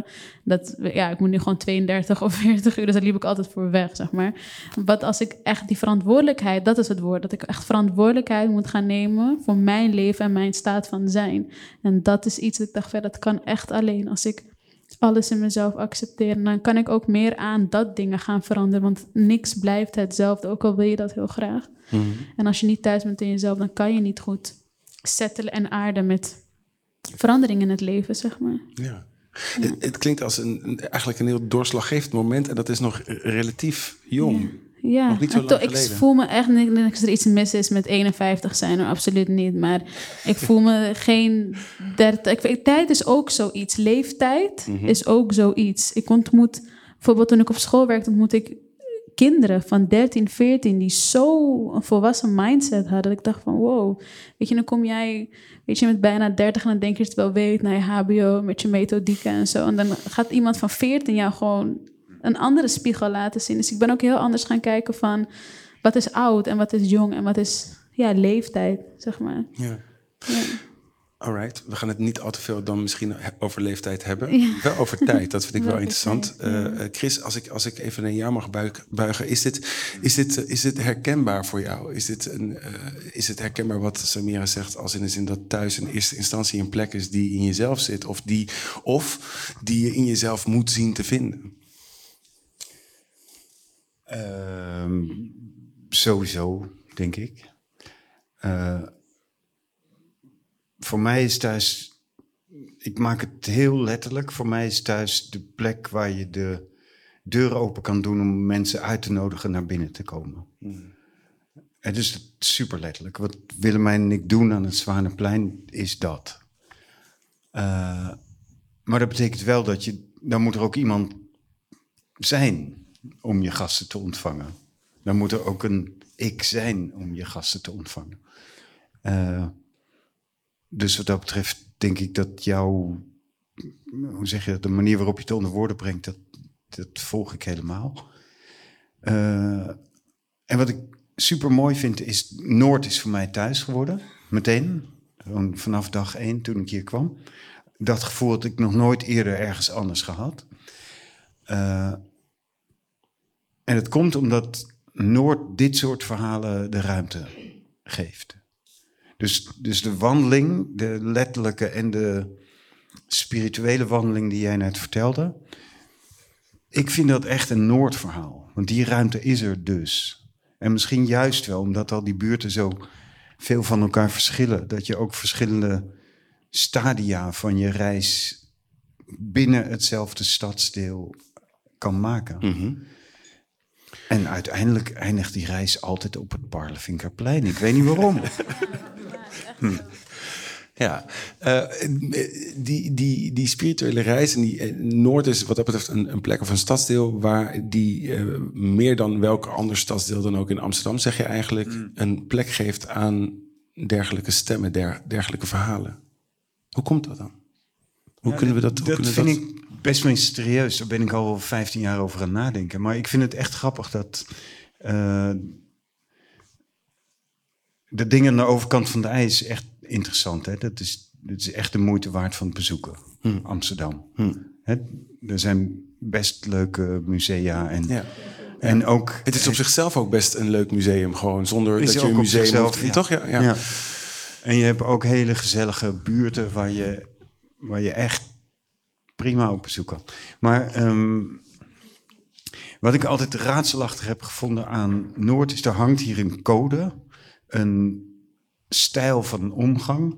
Ik moet nu gewoon 32 of 40 uur, dus daar liep ik altijd voor weg, zeg maar. Wat als ik echt die verantwoordelijkheid, dat is het woord, dat ik echt verantwoordelijkheid moet gaan nemen voor mijn leven en mijn staat van zijn. En dat is iets dat ik dacht, dat kan echt alleen als ik alles in mezelf accepteren. Dan kan ik ook meer aan dat dingen gaan veranderen. Want niks blijft hetzelfde, ook al wil je dat heel graag. Mm-hmm. En als je niet thuis bent in jezelf, dan kan je niet goed settelen en aarden met verandering in het leven, zeg maar. Ja. Het klinkt als eigenlijk een heel doorslaggevend moment. En dat is nog relatief jong. Ja, Nog niet zo lang ik geleden. voel me echt niet dat er iets mis is met 51 zijn. Absoluut niet. Maar ik voel me geen 30. Tijd is ook zoiets. Leeftijd is ook zoiets. Ik ontmoet, bijvoorbeeld toen ik op school werkte, ontmoet ik kinderen van 13, 14 die zo een volwassen mindset hadden. Dat ik dacht van wow, weet je, dan kom jij, weet je, met bijna 30 en dan denk je dat je het wel weet naar je HBO met je methodieken en zo. En dan gaat iemand van 14 jou gewoon een andere spiegel laten zien. Dus ik ben ook heel anders gaan kijken van wat is oud en wat is jong en wat is leeftijd, zeg maar. Ja. Ja. Alright, we gaan het niet al te veel dan misschien over leeftijd hebben. Ja. Wel over tijd, dat vind ik wel interessant. Chris, als ik even naar jou mag buigen. Is dit herkenbaar voor jou? Is het herkenbaar wat Samira zegt als in de zin dat thuis in eerste instantie een plek is die in jezelf zit? Of die je in jezelf moet zien te vinden? Sowieso, denk ik. Voor mij is thuis, ik maak het heel letterlijk, voor mij is thuis de plek waar je de deuren open kan doen om mensen uit te nodigen naar binnen te komen. Het is super letterlijk. Wat Willemijn en ik doen aan het Zwanenplein is dat. Maar dat betekent wel dat dan moet er ook iemand zijn om je gasten te ontvangen. Dan moet er ook een ik zijn om je gasten te ontvangen. Dus wat dat betreft denk ik dat hoe zeg je dat, de manier waarop je het onder woorden brengt, dat volg ik helemaal. En wat ik super mooi vind is, Noord is voor mij thuis geworden, meteen. Gewoon vanaf dag 1 toen ik hier kwam. Dat gevoel had ik nog nooit eerder ergens anders gehad. En het komt omdat Noord dit soort verhalen de ruimte geeft. Dus de wandeling, de letterlijke en de spirituele wandeling die jij net vertelde, ik vind dat echt een Noordverhaal. Want die ruimte is er dus. En misschien juist wel, omdat al die buurten zo veel van elkaar verschillen, dat je ook verschillende stadia van je reis binnen hetzelfde stadsdeel kan maken. Mm-hmm. En uiteindelijk eindigt die reis altijd op het Barlevinkerplein. Ik weet niet waarom. Ja, die spirituele reis en die Noord is wat dat betreft een plek of een stadsdeel waar die meer dan welk ander stadsdeel dan ook in Amsterdam, zeg je eigenlijk, een plek geeft aan dergelijke stemmen, dergelijke verhalen. Hoe komt dat dan? Hoe kunnen we dat? Dat vind ik best mysterieus. Daar ben ik al 15 jaar over aan het nadenken. Maar ik vind het echt grappig dat de dingen aan de overkant van de IJ is echt interessant. Hè? Dat is echt de moeite waard van het bezoeken. Amsterdam. Hè? Er zijn best leuke musea en ook. Het is op zichzelf ook best een leuk museum, gewoon zonder dat je een museum zichzelf, hoeft. Toch? Ja. Ja. En je hebt ook hele gezellige buurten waar je echt prima op bezoek kan. Maar wat ik altijd raadselachtig heb gevonden aan Noord is, er hangt hier een code, een stijl van een omgang.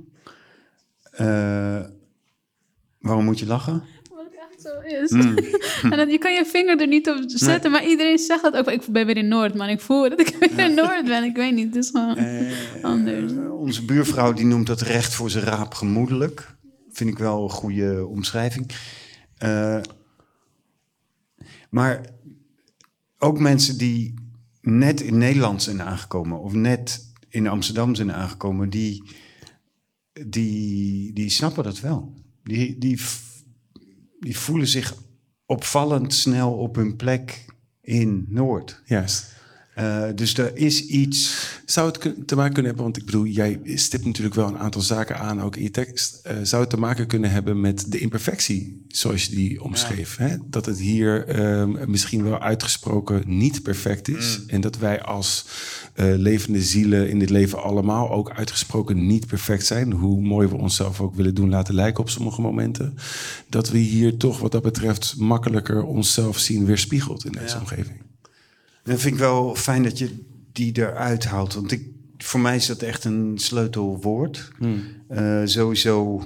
Waarom moet je lachen? Wat echt zo is. En dan, je kan je vinger er niet op zetten, maar iedereen zegt dat ook. Ik ben weer in Noord, man. Ik voel dat ik weer in Noord ben. Ik weet niet, het is gewoon anders. Onze buurvrouw die noemt dat recht voor zijn raap gemoedelijk. Vind ik wel een goede omschrijving. Maar ook mensen die net in Nederland zijn aangekomen of net in Amsterdam zijn aangekomen, die snappen dat wel. Die voelen zich opvallend snel op hun plek in Noord. Juist. Dus er is iets. Zou het te maken kunnen hebben, want ik bedoel, jij stipt natuurlijk wel een aantal zaken aan, ook in je tekst. Zou het te maken kunnen hebben met de imperfectie, zoals je die omschreef? Hè? Dat het hier misschien wel uitgesproken niet perfect is. En dat wij als levende zielen in dit leven allemaal ook uitgesproken niet perfect zijn. Hoe mooi we onszelf ook willen doen laten lijken op sommige momenten. Dat we hier toch wat dat betreft makkelijker onszelf zien weerspiegeld in deze omgeving. Dat vind ik wel fijn dat je die eruit haalt. Want voor mij is dat echt een sleutelwoord. Sowieso...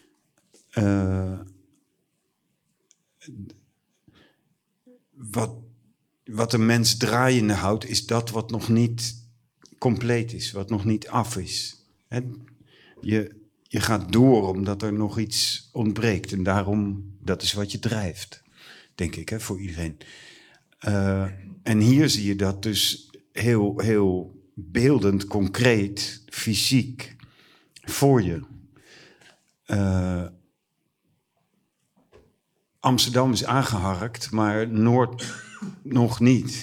Wat een mens draaiende houdt, is dat wat nog niet compleet is, wat nog niet af is. Hè? Je gaat door omdat er nog iets ontbreekt. En daarom, dat is wat je drijft, denk ik, hè, voor iedereen. En hier zie je dat dus heel, heel beeldend, concreet, fysiek, voor je. Amsterdam is aangeharkt, maar Noord nog niet.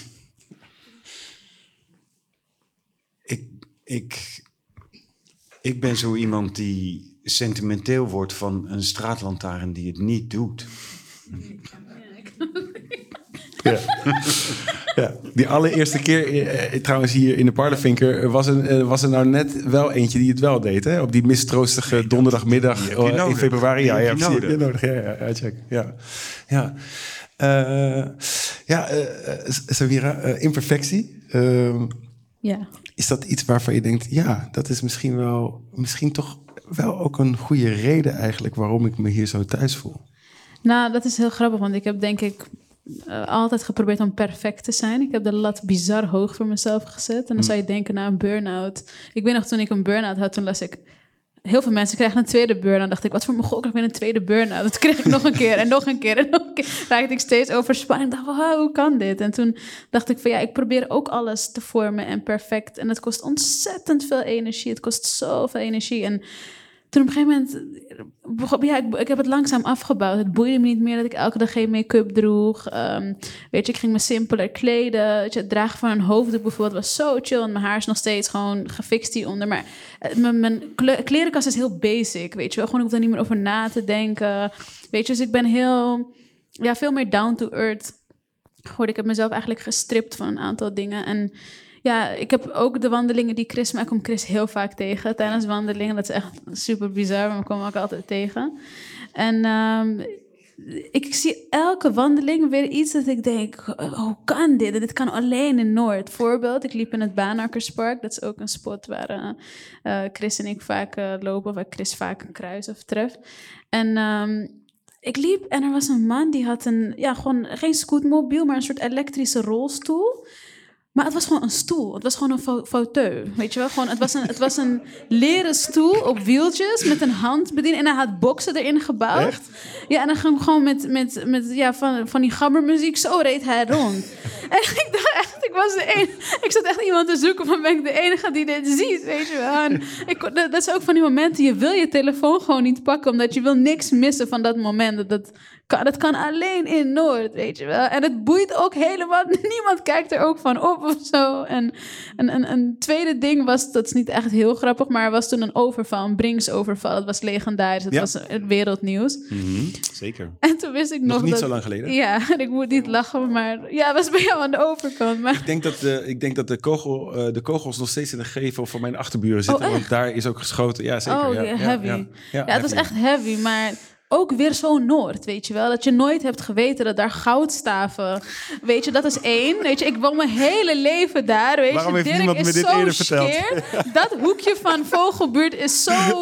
Ik ben zo iemand die sentimenteel wordt van een straatlantaarn die het niet doet. Ja. Ja, die allereerste keer, trouwens hier in de Parlevinker, was er nou net wel eentje die het wel deed, hè? Op die mistroostige donderdagmiddag in februari. Ja, precies. Nodig. Ja, check. Ja. Samira, imperfectie. Ja. Is dat iets waarvan je denkt, ja, dat is misschien toch wel ook een goede reden eigenlijk waarom ik me hier zo thuis voel? Nou, dat is heel grappig, want ik heb denk ik altijd geprobeerd om perfect te zijn. Ik heb de lat bizar hoog voor mezelf gezet. En dan zou je denken, na een burn-out. Ik weet nog, toen ik een burn-out had, toen las ik... Heel veel mensen krijgen een tweede burn-out. Dacht ik, wat voor mijn gok, ik ben een tweede burn-out. Dat kreeg ik nog een keer en nog een keer en nog een keer. Raakte ik steeds overspannen. Ik dacht, wow, hoe kan dit? En toen dacht ik van ja, ik probeer ook alles te vormen en perfect. En het kost ontzettend veel energie. Het kost zoveel energie. En toen op een gegeven moment... ik heb het langzaam afgebouwd. Het boeide me niet meer dat ik elke dag geen make-up droeg. Weet je, ik ging me simpeler kleden. Weet je, het dragen van een hoofddoek bijvoorbeeld was zo chill. En mijn haar is nog steeds gewoon gefixt hieronder. Maar mijn klerenkast is heel basic, weet je wel. Gewoon, ik hoef daar niet meer over na te denken. Weet je, dus ik ben veel meer down to earth geworden. Ik heb mezelf eigenlijk gestript van een aantal dingen. En ja, ik heb ook de wandelingen die Chris... Maar ik kom Chris heel vaak tegen tijdens wandelingen. Dat is echt super bizar, maar we komen ook altijd tegen. En ik zie elke wandeling weer iets dat ik denk... hoe kan dit? En dit kan alleen in Noord. Voorbeeld, ik liep in het Baanakkerspark. Dat is ook een spot waar Chris en ik vaak lopen... of waar Chris vaak een kruis of treft. En... ik liep en er was een man die had gewoon geen scootmobiel... maar een soort elektrische rolstoel... Maar het was gewoon een stoel. Het was gewoon een fauteuil. Weet je wel? Gewoon, het was een leren stoel op wieltjes met een handbediening. En hij had boksen erin gebouwd. Echt? Ja, en dan ging gewoon met van die gabbermuziek. Zo reed hij rond. En ik dacht echt, ik zat echt iemand te zoeken van ben ik de enige die dit ziet, weet je wel. En dat is ook van die momenten, je wil je telefoon gewoon niet pakken, omdat je wil niks missen van dat moment. Dat kan alleen in Noord, weet je wel. En het boeit ook helemaal, niemand kijkt er ook van op of zo. En een tweede ding was, dat is niet echt heel grappig, maar er was toen een overval, een Brinks-overval. Dat was legendarisch, dat was het wereldnieuws. Mm-hmm, zeker. En toen wist ik nog niet zo lang geleden. Ja, en ik moet niet lachen, maar ja, het was bij jou aan de overkant. Maar... Ik denk dat de kogels nog steeds in de gevel van mijn achterburen zitten, want daar is ook geschoten. Ja, zeker. Oh, heavy. Ja, het was echt heavy, maar... Ook weer zo Noord, weet je wel. Dat je nooit hebt geweten dat daar goudstaven... Weet je, dat is 1. Weet je, ik woon mijn hele leven daar, weet je. Waarom heeft Dirk niemand me dit eerder verteld? Dat hoekje van Vogelbuurt is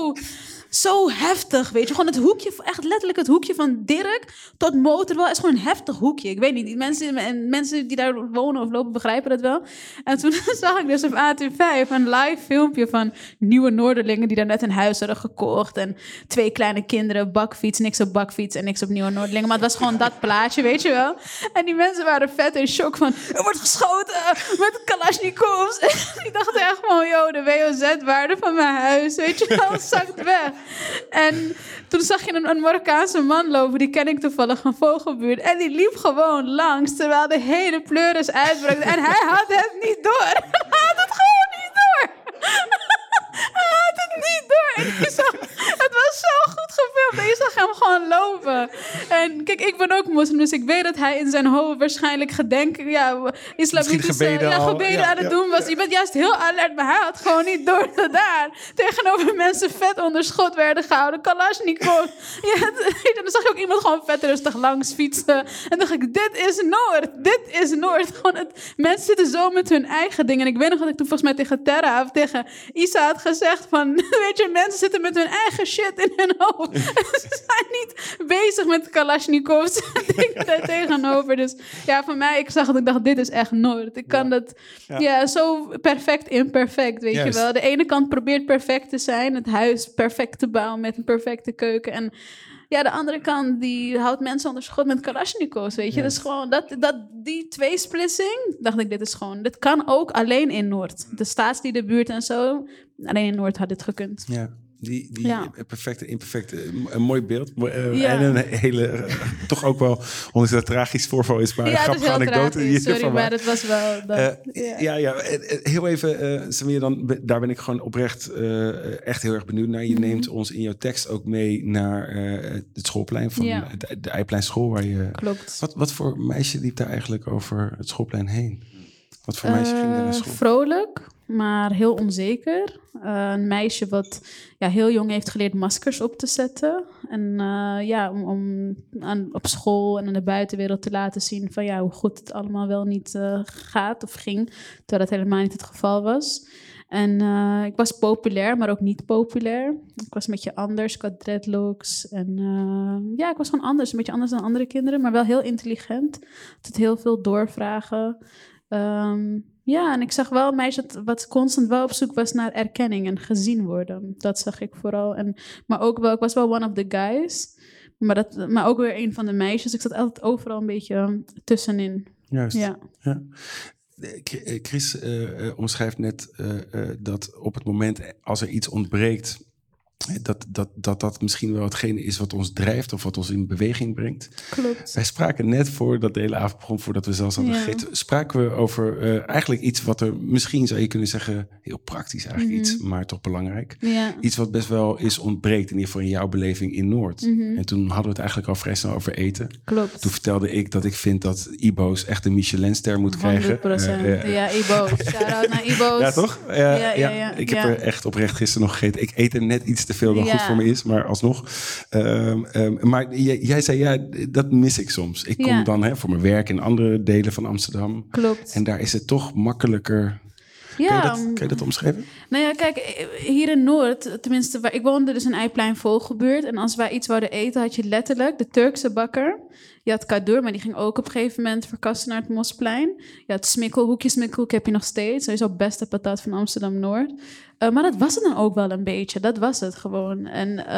zo heftig, weet je. Gewoon het hoekje, echt letterlijk het hoekje van Dirk tot Motorwel is gewoon een heftig hoekje. Ik weet niet, die mensen die daar wonen of lopen begrijpen dat wel. En toen zag ik dus op AT5 een live filmpje van nieuwe Noorderlingen die daar net een huis hadden gekocht. En 2 kleine kinderen, bakfiets, niks op bakfiets en niks op nieuwe Noorderlingen. Maar het was gewoon dat plaatje, weet je wel. En die mensen waren vet in shock van, er wordt geschoten met Kalashnikovs. En ik dacht echt gewoon, joh, de WOZ-waarde van mijn huis, weet je wel, zakt weg. En toen zag je een Marokkaanse man lopen, die ken ik toevallig van Vogelbuurt. En die liep gewoon langs, terwijl de hele pleuris uitbrak. En hij had het niet door. Hij had het gewoon niet door. Hij had het niet door. En het was zo goed gefilmd. En je zag hem gewoon lopen. En kijk, ik ben ook moslim, dus ik weet dat hij in zijn hoofd waarschijnlijk islamitische gebeden aan het doen was. Je bent juist heel alert, maar hij had gewoon niet door dat daar tegenover mensen vet onder schot werden gehouden. Kalashnikov. Dan zag je ook iemand gewoon vet rustig langs fietsen. En dan dacht ik, dit is Noord. Gewoon mensen zitten zo met hun eigen dingen. En ik weet nog dat ik toen volgens mij tegen Terra of tegen Isa had gezegd van, weet je, mensen zitten met hun eigen shit in hun hoofd. Ze zijn niet bezig met Kalashnikovs dingen daar tegenover. Dus ja, voor mij, ik zag het, ik dacht, dit is echt Noord. Ik kan dat, zo perfect imperfect, weet je wel. De ene kant probeert perfect te zijn, het huis perfect te bouwen met een perfecte keuken. En ja, de andere kant, die houdt mensen onder schot met Kalashnikovs, weet je. Dus gewoon die tweesplitsing, dacht ik, dit kan ook alleen in Noord. De Staatsdiedenbuurt en zo, alleen in Noord had dit gekund. Ja. Die perfecte, imperfecte, een mooi beeld. En een hele, toch ook wel, ondanks dat het tragisch voorval is, maar een grappige anekdote. Sorry, maar dat was wel... Heel even, Samir, daar ben ik gewoon oprecht echt heel erg benieuwd naar. Je neemt ons in jouw tekst ook mee naar het schoolplein van de Eipleinschool. Waar je, klopt. Wat voor meisje liep daar eigenlijk over het schoolplein heen? Wat voor meisje ging daar naar school? Vrolijk, maar heel onzeker. Een meisje wat heel jong heeft geleerd maskers op te zetten. En om op school en aan de buitenwereld te laten zien van hoe goed het allemaal wel niet gaat of ging. Terwijl dat helemaal niet het geval was. En ik was populair, maar ook niet populair. Ik was een beetje anders. Ik had dreadlocks. En ik was gewoon anders. Een beetje anders dan andere kinderen, maar wel heel intelligent. Tot heel veel doorvragen. En ik zag wel een meisje wat constant wel op zoek was naar erkenning en gezien worden. Dat zag ik vooral. Maar ook wel, ik was wel one of the guys. Maar ook weer een van de meisjes. Ik zat altijd overal een beetje tussenin. Juist, ja. Chris omschrijft net dat op het moment als er iets ontbreekt, dat misschien wel hetgene is wat ons drijft of wat ons in beweging brengt. Klopt. Wij spraken net voordat de hele avond begon, voordat we zelfs hadden gegeten, spraken we over eigenlijk iets wat er misschien, zou je kunnen zeggen, heel praktisch eigenlijk iets, maar toch belangrijk. Ja. Iets wat best wel is ontbreekt, in ieder geval in jouw beleving in Noord. En toen hadden we het eigenlijk al vrij snel over eten. Klopt. Toen vertelde ik dat ik vind dat Ibo's echt een Michelinster moet krijgen. 100%. Ibo's. Shout-out naar Ibo's. Ja, toch? Ik heb er echt oprecht gisteren nog gegeten. Ik eet er net iets te veel dan goed voor me is, maar alsnog. Maar jij zei, dat mis ik soms. Ik kom dan voor mijn werk in andere delen van Amsterdam. Klopt. En daar is het toch makkelijker. Kan je dat omschrijven? Nou ja, kijk, hier in Noord, tenminste, waar ik woonde, dus een Eiplein volgebuurt. En als wij iets wouden eten, had je letterlijk de Turkse bakker. Je had Kadur, maar die ging ook op een gegeven moment verkassen naar het Mosplein. Je had Smikkelhoek heb je nog steeds. Sowieso beste patat van Amsterdam-Noord. Maar dat was het dan ook wel een beetje. Dat was het gewoon.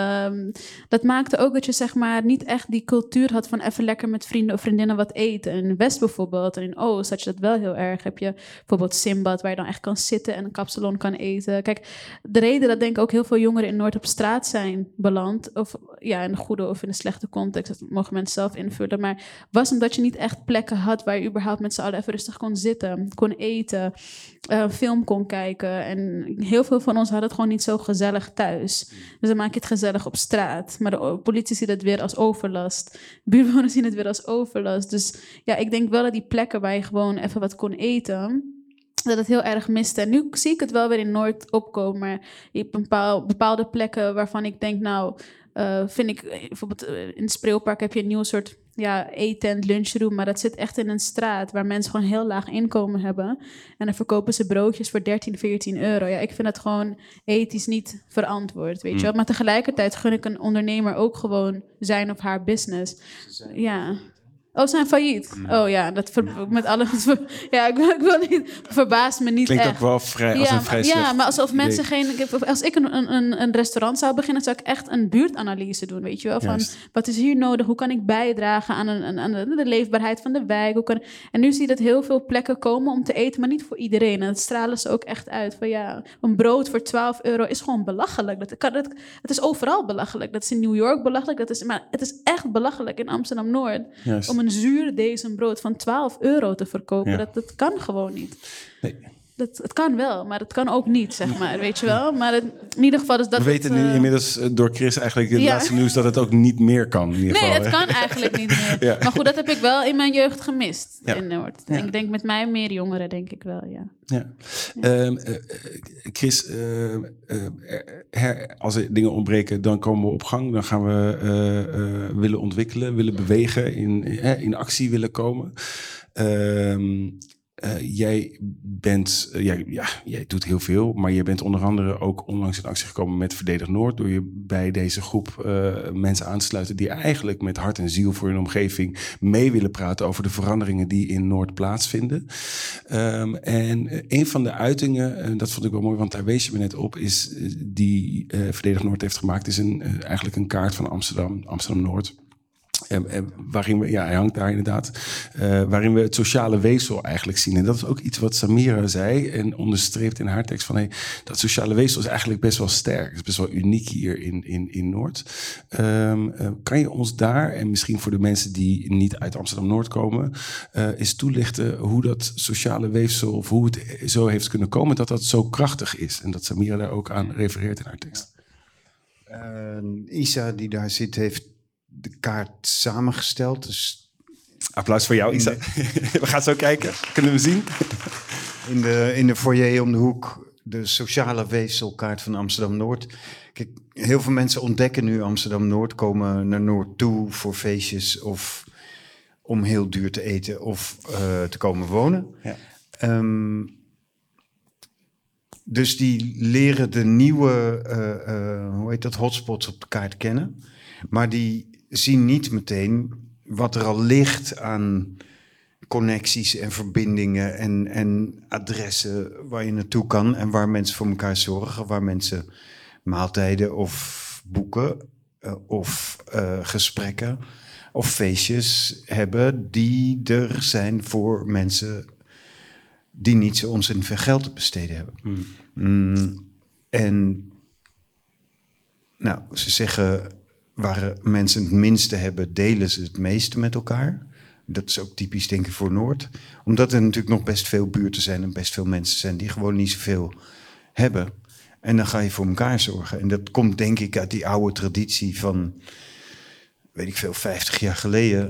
En dat maakte ook dat je zeg maar niet echt die cultuur had van even lekker met vrienden of vriendinnen wat eten. In West bijvoorbeeld en in Oost had je dat wel heel erg. Heb je bijvoorbeeld Simbad, waar je dan echt kan zitten en een kapsalon kan eten. Kijk, de reden dat denk ik ook heel veel jongeren in Noord op straat zijn beland, of in de goede of in de slechte context, dat mogen mensen zelf invullen, maar was omdat je niet echt plekken had waar je überhaupt met z'n allen even rustig kon zitten, kon eten, film kon kijken. En heel veel van ons hadden het gewoon niet zo gezellig thuis. Dus dan maak je het gezellig op straat. Maar de politie ziet het weer als overlast. Buurtbewoners zien het weer als overlast. Dus ik denk wel dat die plekken waar je gewoon even wat kon eten, dat het heel erg miste. En nu zie ik het wel weer in Noord opkomen. Maar je hebt bepaalde plekken waarvan ik denk, vind ik, bijvoorbeeld in het Spreeuwpark heb je een nieuw soort eettent, lunchroom, maar dat zit echt in een straat waar mensen gewoon heel laag inkomen hebben. En dan verkopen ze broodjes voor 13, 14 euro. Ja, ik vind dat gewoon ethisch niet verantwoord, weet je wel. Maar tegelijkertijd gun ik een ondernemer ook gewoon zijn of haar business. Ja. Oh, ze zijn failliet. Oh ja, met alle. Ik wil niet. Verbaast me niet. Klinkt echt. Ook wel vrij als een vrij slecht. Ja, maar alsof mensen als ik een restaurant zou beginnen, zou ik echt een buurtanalyse doen, weet je wel? Van wat is hier nodig? Hoe kan ik bijdragen aan de leefbaarheid van de wijk? En nu zie je dat heel veel plekken komen om te eten, maar niet voor iedereen. En dat stralen ze ook echt uit. Van een brood voor 12 euro is gewoon belachelijk. Het is overal belachelijk. Dat is in New York belachelijk. Maar het is echt belachelijk in Amsterdam-Noord. Om een zuur brood van 12 euro te verkopen. Dat kan gewoon niet. Nee. het kan wel, maar het kan ook niet, zeg maar. Weet je wel? Maar in ieder geval is dat... We weten nu inmiddels door Chris eigenlijk het laatste nieuws dat het ook niet meer kan. In ieder geval, het kan eigenlijk niet meer. Ja. Maar goed, dat heb ik wel in mijn jeugd gemist in Noord. Ja. Ik denk met mij meer jongeren, denk ik wel, ja. Chris, als er dingen ontbreken, dan komen we op gang. Dan gaan we willen ontwikkelen, willen bewegen, in actie willen komen. Jij doet heel veel, maar je bent onder andere ook onlangs in actie gekomen met Verdedig Noord, door je bij deze groep mensen aan te sluiten die eigenlijk met hart en ziel voor hun omgeving mee willen praten over de veranderingen die in Noord plaatsvinden. En een van de uitingen, dat vond ik wel mooi, want daar wees je me net op, is die Verdedig Noord heeft gemaakt, is eigenlijk een kaart van Amsterdam Noord. Waarin we, hij hangt daar inderdaad, waarin we het sociale weefsel eigenlijk zien. En dat is ook iets wat Samira zei en onderstreept in haar tekst van dat sociale weefsel is eigenlijk best wel sterk. Het is best wel uniek hier in Noord. Kan je ons daar, en misschien voor de mensen die niet uit Amsterdam-Noord komen, eens toelichten hoe dat sociale weefsel, of hoe het zo heeft kunnen komen dat zo krachtig is. En dat Samira daar ook aan refereert in haar tekst. Isa, die daar zit, heeft de kaart samengesteld. Dus applaus voor jou, Isa. We gaan zo kijken. Kunnen we zien? In de foyer om de hoek, de sociale weefselkaart van Amsterdam-Noord. Kijk, heel veel mensen ontdekken nu Amsterdam-Noord, komen naar Noord toe voor feestjes of om heel duur te eten of te komen wonen. Ja. Dus die leren de nieuwe hotspots op de kaart kennen. Maar die zien niet meteen wat er al ligt aan connecties en verbindingen en adressen waar je naartoe kan en waar mensen voor elkaar zorgen, waar mensen maaltijden of boeken of gesprekken of feestjes hebben die er zijn voor mensen die niet zo ontzettend veel geld te besteden hebben. En nou, ze zeggen, waar mensen het minste hebben, delen ze het meeste met elkaar. Dat is ook typisch, denk ik, voor Noord. Omdat er natuurlijk nog best veel buurten zijn en best veel mensen zijn die gewoon niet zoveel hebben. En dan ga je voor elkaar zorgen. En dat komt, denk ik, uit die oude traditie van, weet ik veel, 50 jaar geleden.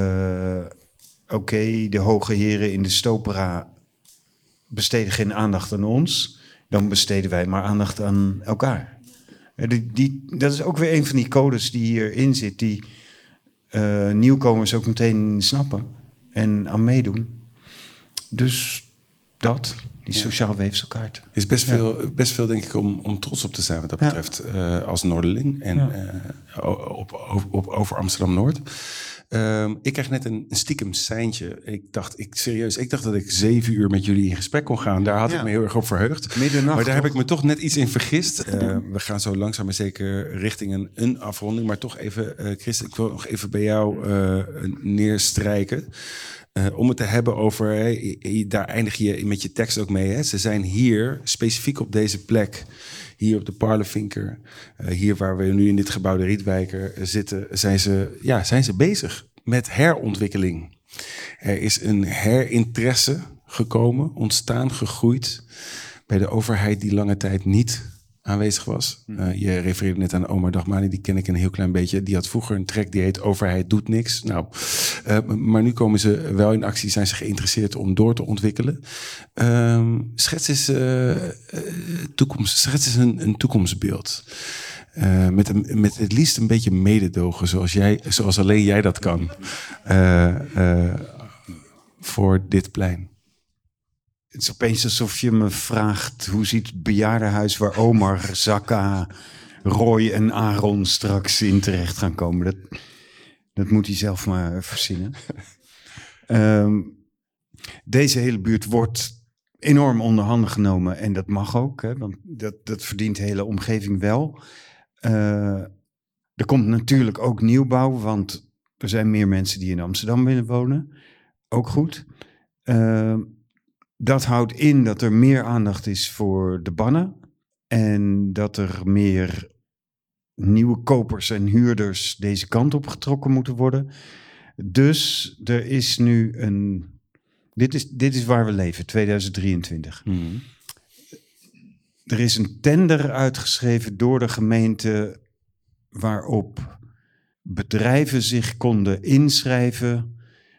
Oké, de hoge heren in de Stopera besteden geen aandacht aan ons. Dan besteden wij maar aandacht aan elkaar. Dat is ook weer een van die codes die hierin zit, die nieuwkomers ook meteen snappen en aan meedoen. Dus die sociaal weefselkaart. Er is best veel, denk ik, om trots op te zijn wat dat betreft, als Noorderling en over Amsterdam-Noord. Ik kreeg net een stiekem seintje. Ik dacht dat ik 7 uur met jullie in gesprek kon gaan. Daar had ik me heel erg op verheugd. Middernacht, maar daar heb ik me toch net iets in vergist. We gaan zo langzaam maar zeker richting een afronding. Maar toch even, Chris, ik wil nog even bij jou neerstrijken. Om het te hebben over, daar eindig je met je tekst ook mee. Hè? Ze zijn hier, specifiek op deze plek, hier op de Parlevinker, hier waar we nu in dit gebouw de Rietwijker zitten, zijn ze bezig met herontwikkeling. Er is een herinteresse gekomen, ontstaan, gegroeid bij de overheid die lange tijd niet aanwezig was. Je refereerde net aan Omar Dagmani, die ken ik een heel klein beetje. Die had vroeger een track die heet Overheid doet niks. Maar nu komen ze wel in actie, zijn ze geïnteresseerd om door te ontwikkelen. Schets eens een toekomstbeeld. Met het liefst een beetje mededogen, zoals alleen jij dat kan. Voor dit plein. Het is opeens alsof je me vraagt, hoe ziet het bejaardenhuis waar Omar, Zakka, Roy en Aaron straks in terecht gaan komen? Dat moet hij zelf maar verzinnen. Deze hele buurt wordt enorm onder handen genomen en dat mag ook, hè, want dat verdient de hele omgeving wel. Er komt natuurlijk ook nieuwbouw, want er zijn meer mensen die in Amsterdam willen wonen. Ook goed. Dat houdt in dat er meer aandacht is voor de bannen en dat er meer nieuwe kopers en huurders deze kant op getrokken moeten worden. Dus er is nu Dit is waar we leven, 2023. Er is een tender uitgeschreven door de gemeente waarop bedrijven zich konden inschrijven.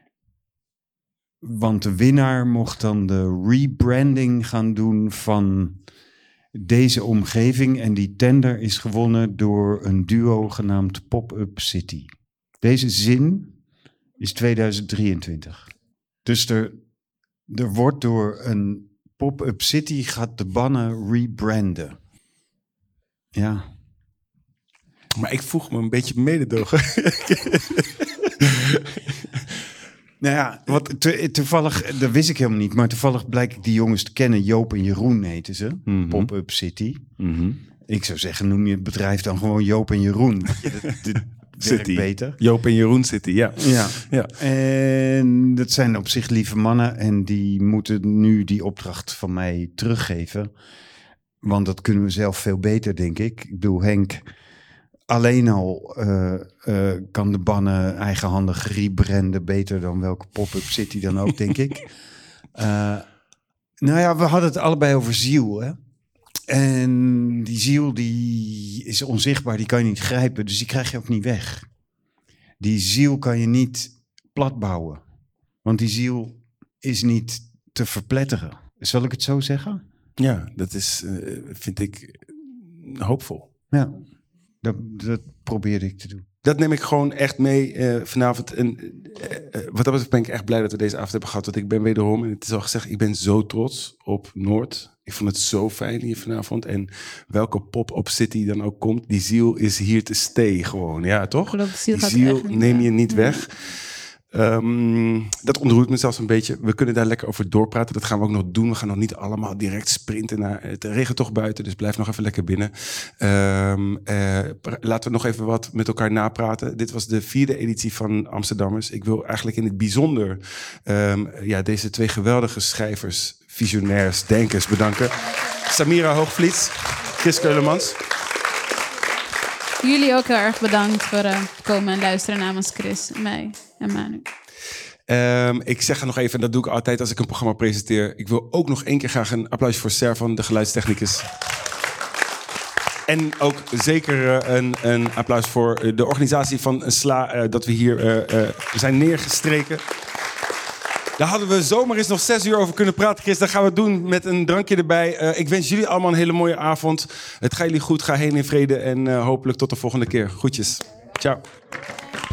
Want de winnaar mocht dan de rebranding gaan doen van deze omgeving. En die tender is gewonnen door een duo genaamd Pop-Up City. Deze zin is 2023. Dus er wordt door een Pop-Up City gaat de bannen rebranden. Ja. Maar ik voeg me een beetje mededogen. Nou ja, toevallig, dat wist ik helemaal niet, maar toevallig blijk ik die jongens te kennen. Joop en Jeroen heten ze, Pop-Up City. Ik zou zeggen, noem je het bedrijf dan gewoon Joop en Jeroen. Dat City. Beter. Joop en Jeroen City, ja. En dat zijn op zich lieve mannen en die moeten nu die opdracht van mij teruggeven. Want dat kunnen we zelf veel beter, denk ik. Ik bedoel, Henk alleen al kan de bannen eigenhandig rebranden beter dan welke Pop-Up City dan ook, denk ik. Nou ja, we hadden het allebei over ziel, hè. En die ziel die is onzichtbaar, die kan je niet grijpen, dus die krijg je ook niet weg. Die ziel kan je niet platbouwen, want die ziel is niet te verpletteren. Zal ik het zo zeggen? Ja, dat is, vind ik, hoopvol. Ja, dat probeerde ik te doen. Dat neem ik gewoon echt mee vanavond. En wat dat betreft ben ik echt blij dat we deze avond hebben gehad. Want ik ben wederom, en het is al gezegd, ik ben zo trots op Noord. Ik vond het zo fijn hier vanavond. En welke pop-up city dan ook komt, die ziel is hier te stay gewoon. Ja, toch? Klopt, die ziel neem je niet weg. Dat ontroert me zelfs een beetje. We kunnen daar lekker over doorpraten. Dat gaan we ook nog doen. We gaan nog niet allemaal direct sprinten naar het regent toch buiten. Dus blijf nog even lekker binnen. Laten we nog even wat met elkaar napraten. Dit was de 4e editie van Amsterdammers. Ik wil eigenlijk in het bijzonder deze 2 geweldige schrijvers, visionairs, denkers bedanken. Samira Hoogvliet, Chris Keulemans. Jullie ook heel erg bedankt voor komen en luisteren namens Chris, mij en Manu. Ik zeg er nog even, en dat doe ik altijd als ik een programma presenteer. Ik wil ook nog 1 keer graag een applaus voor Servan, de geluidstechnicus. En ook zeker een applaus voor de organisatie van SLA, dat we hier zijn neergestreken. Daar hadden we zomaar eens nog 6 uur over kunnen praten, Chris. Dat gaan we doen met een drankje erbij. Ik wens jullie allemaal een hele mooie avond. Het gaat jullie goed. Ga heen in vrede en hopelijk tot de volgende keer. Groetjes. Ciao.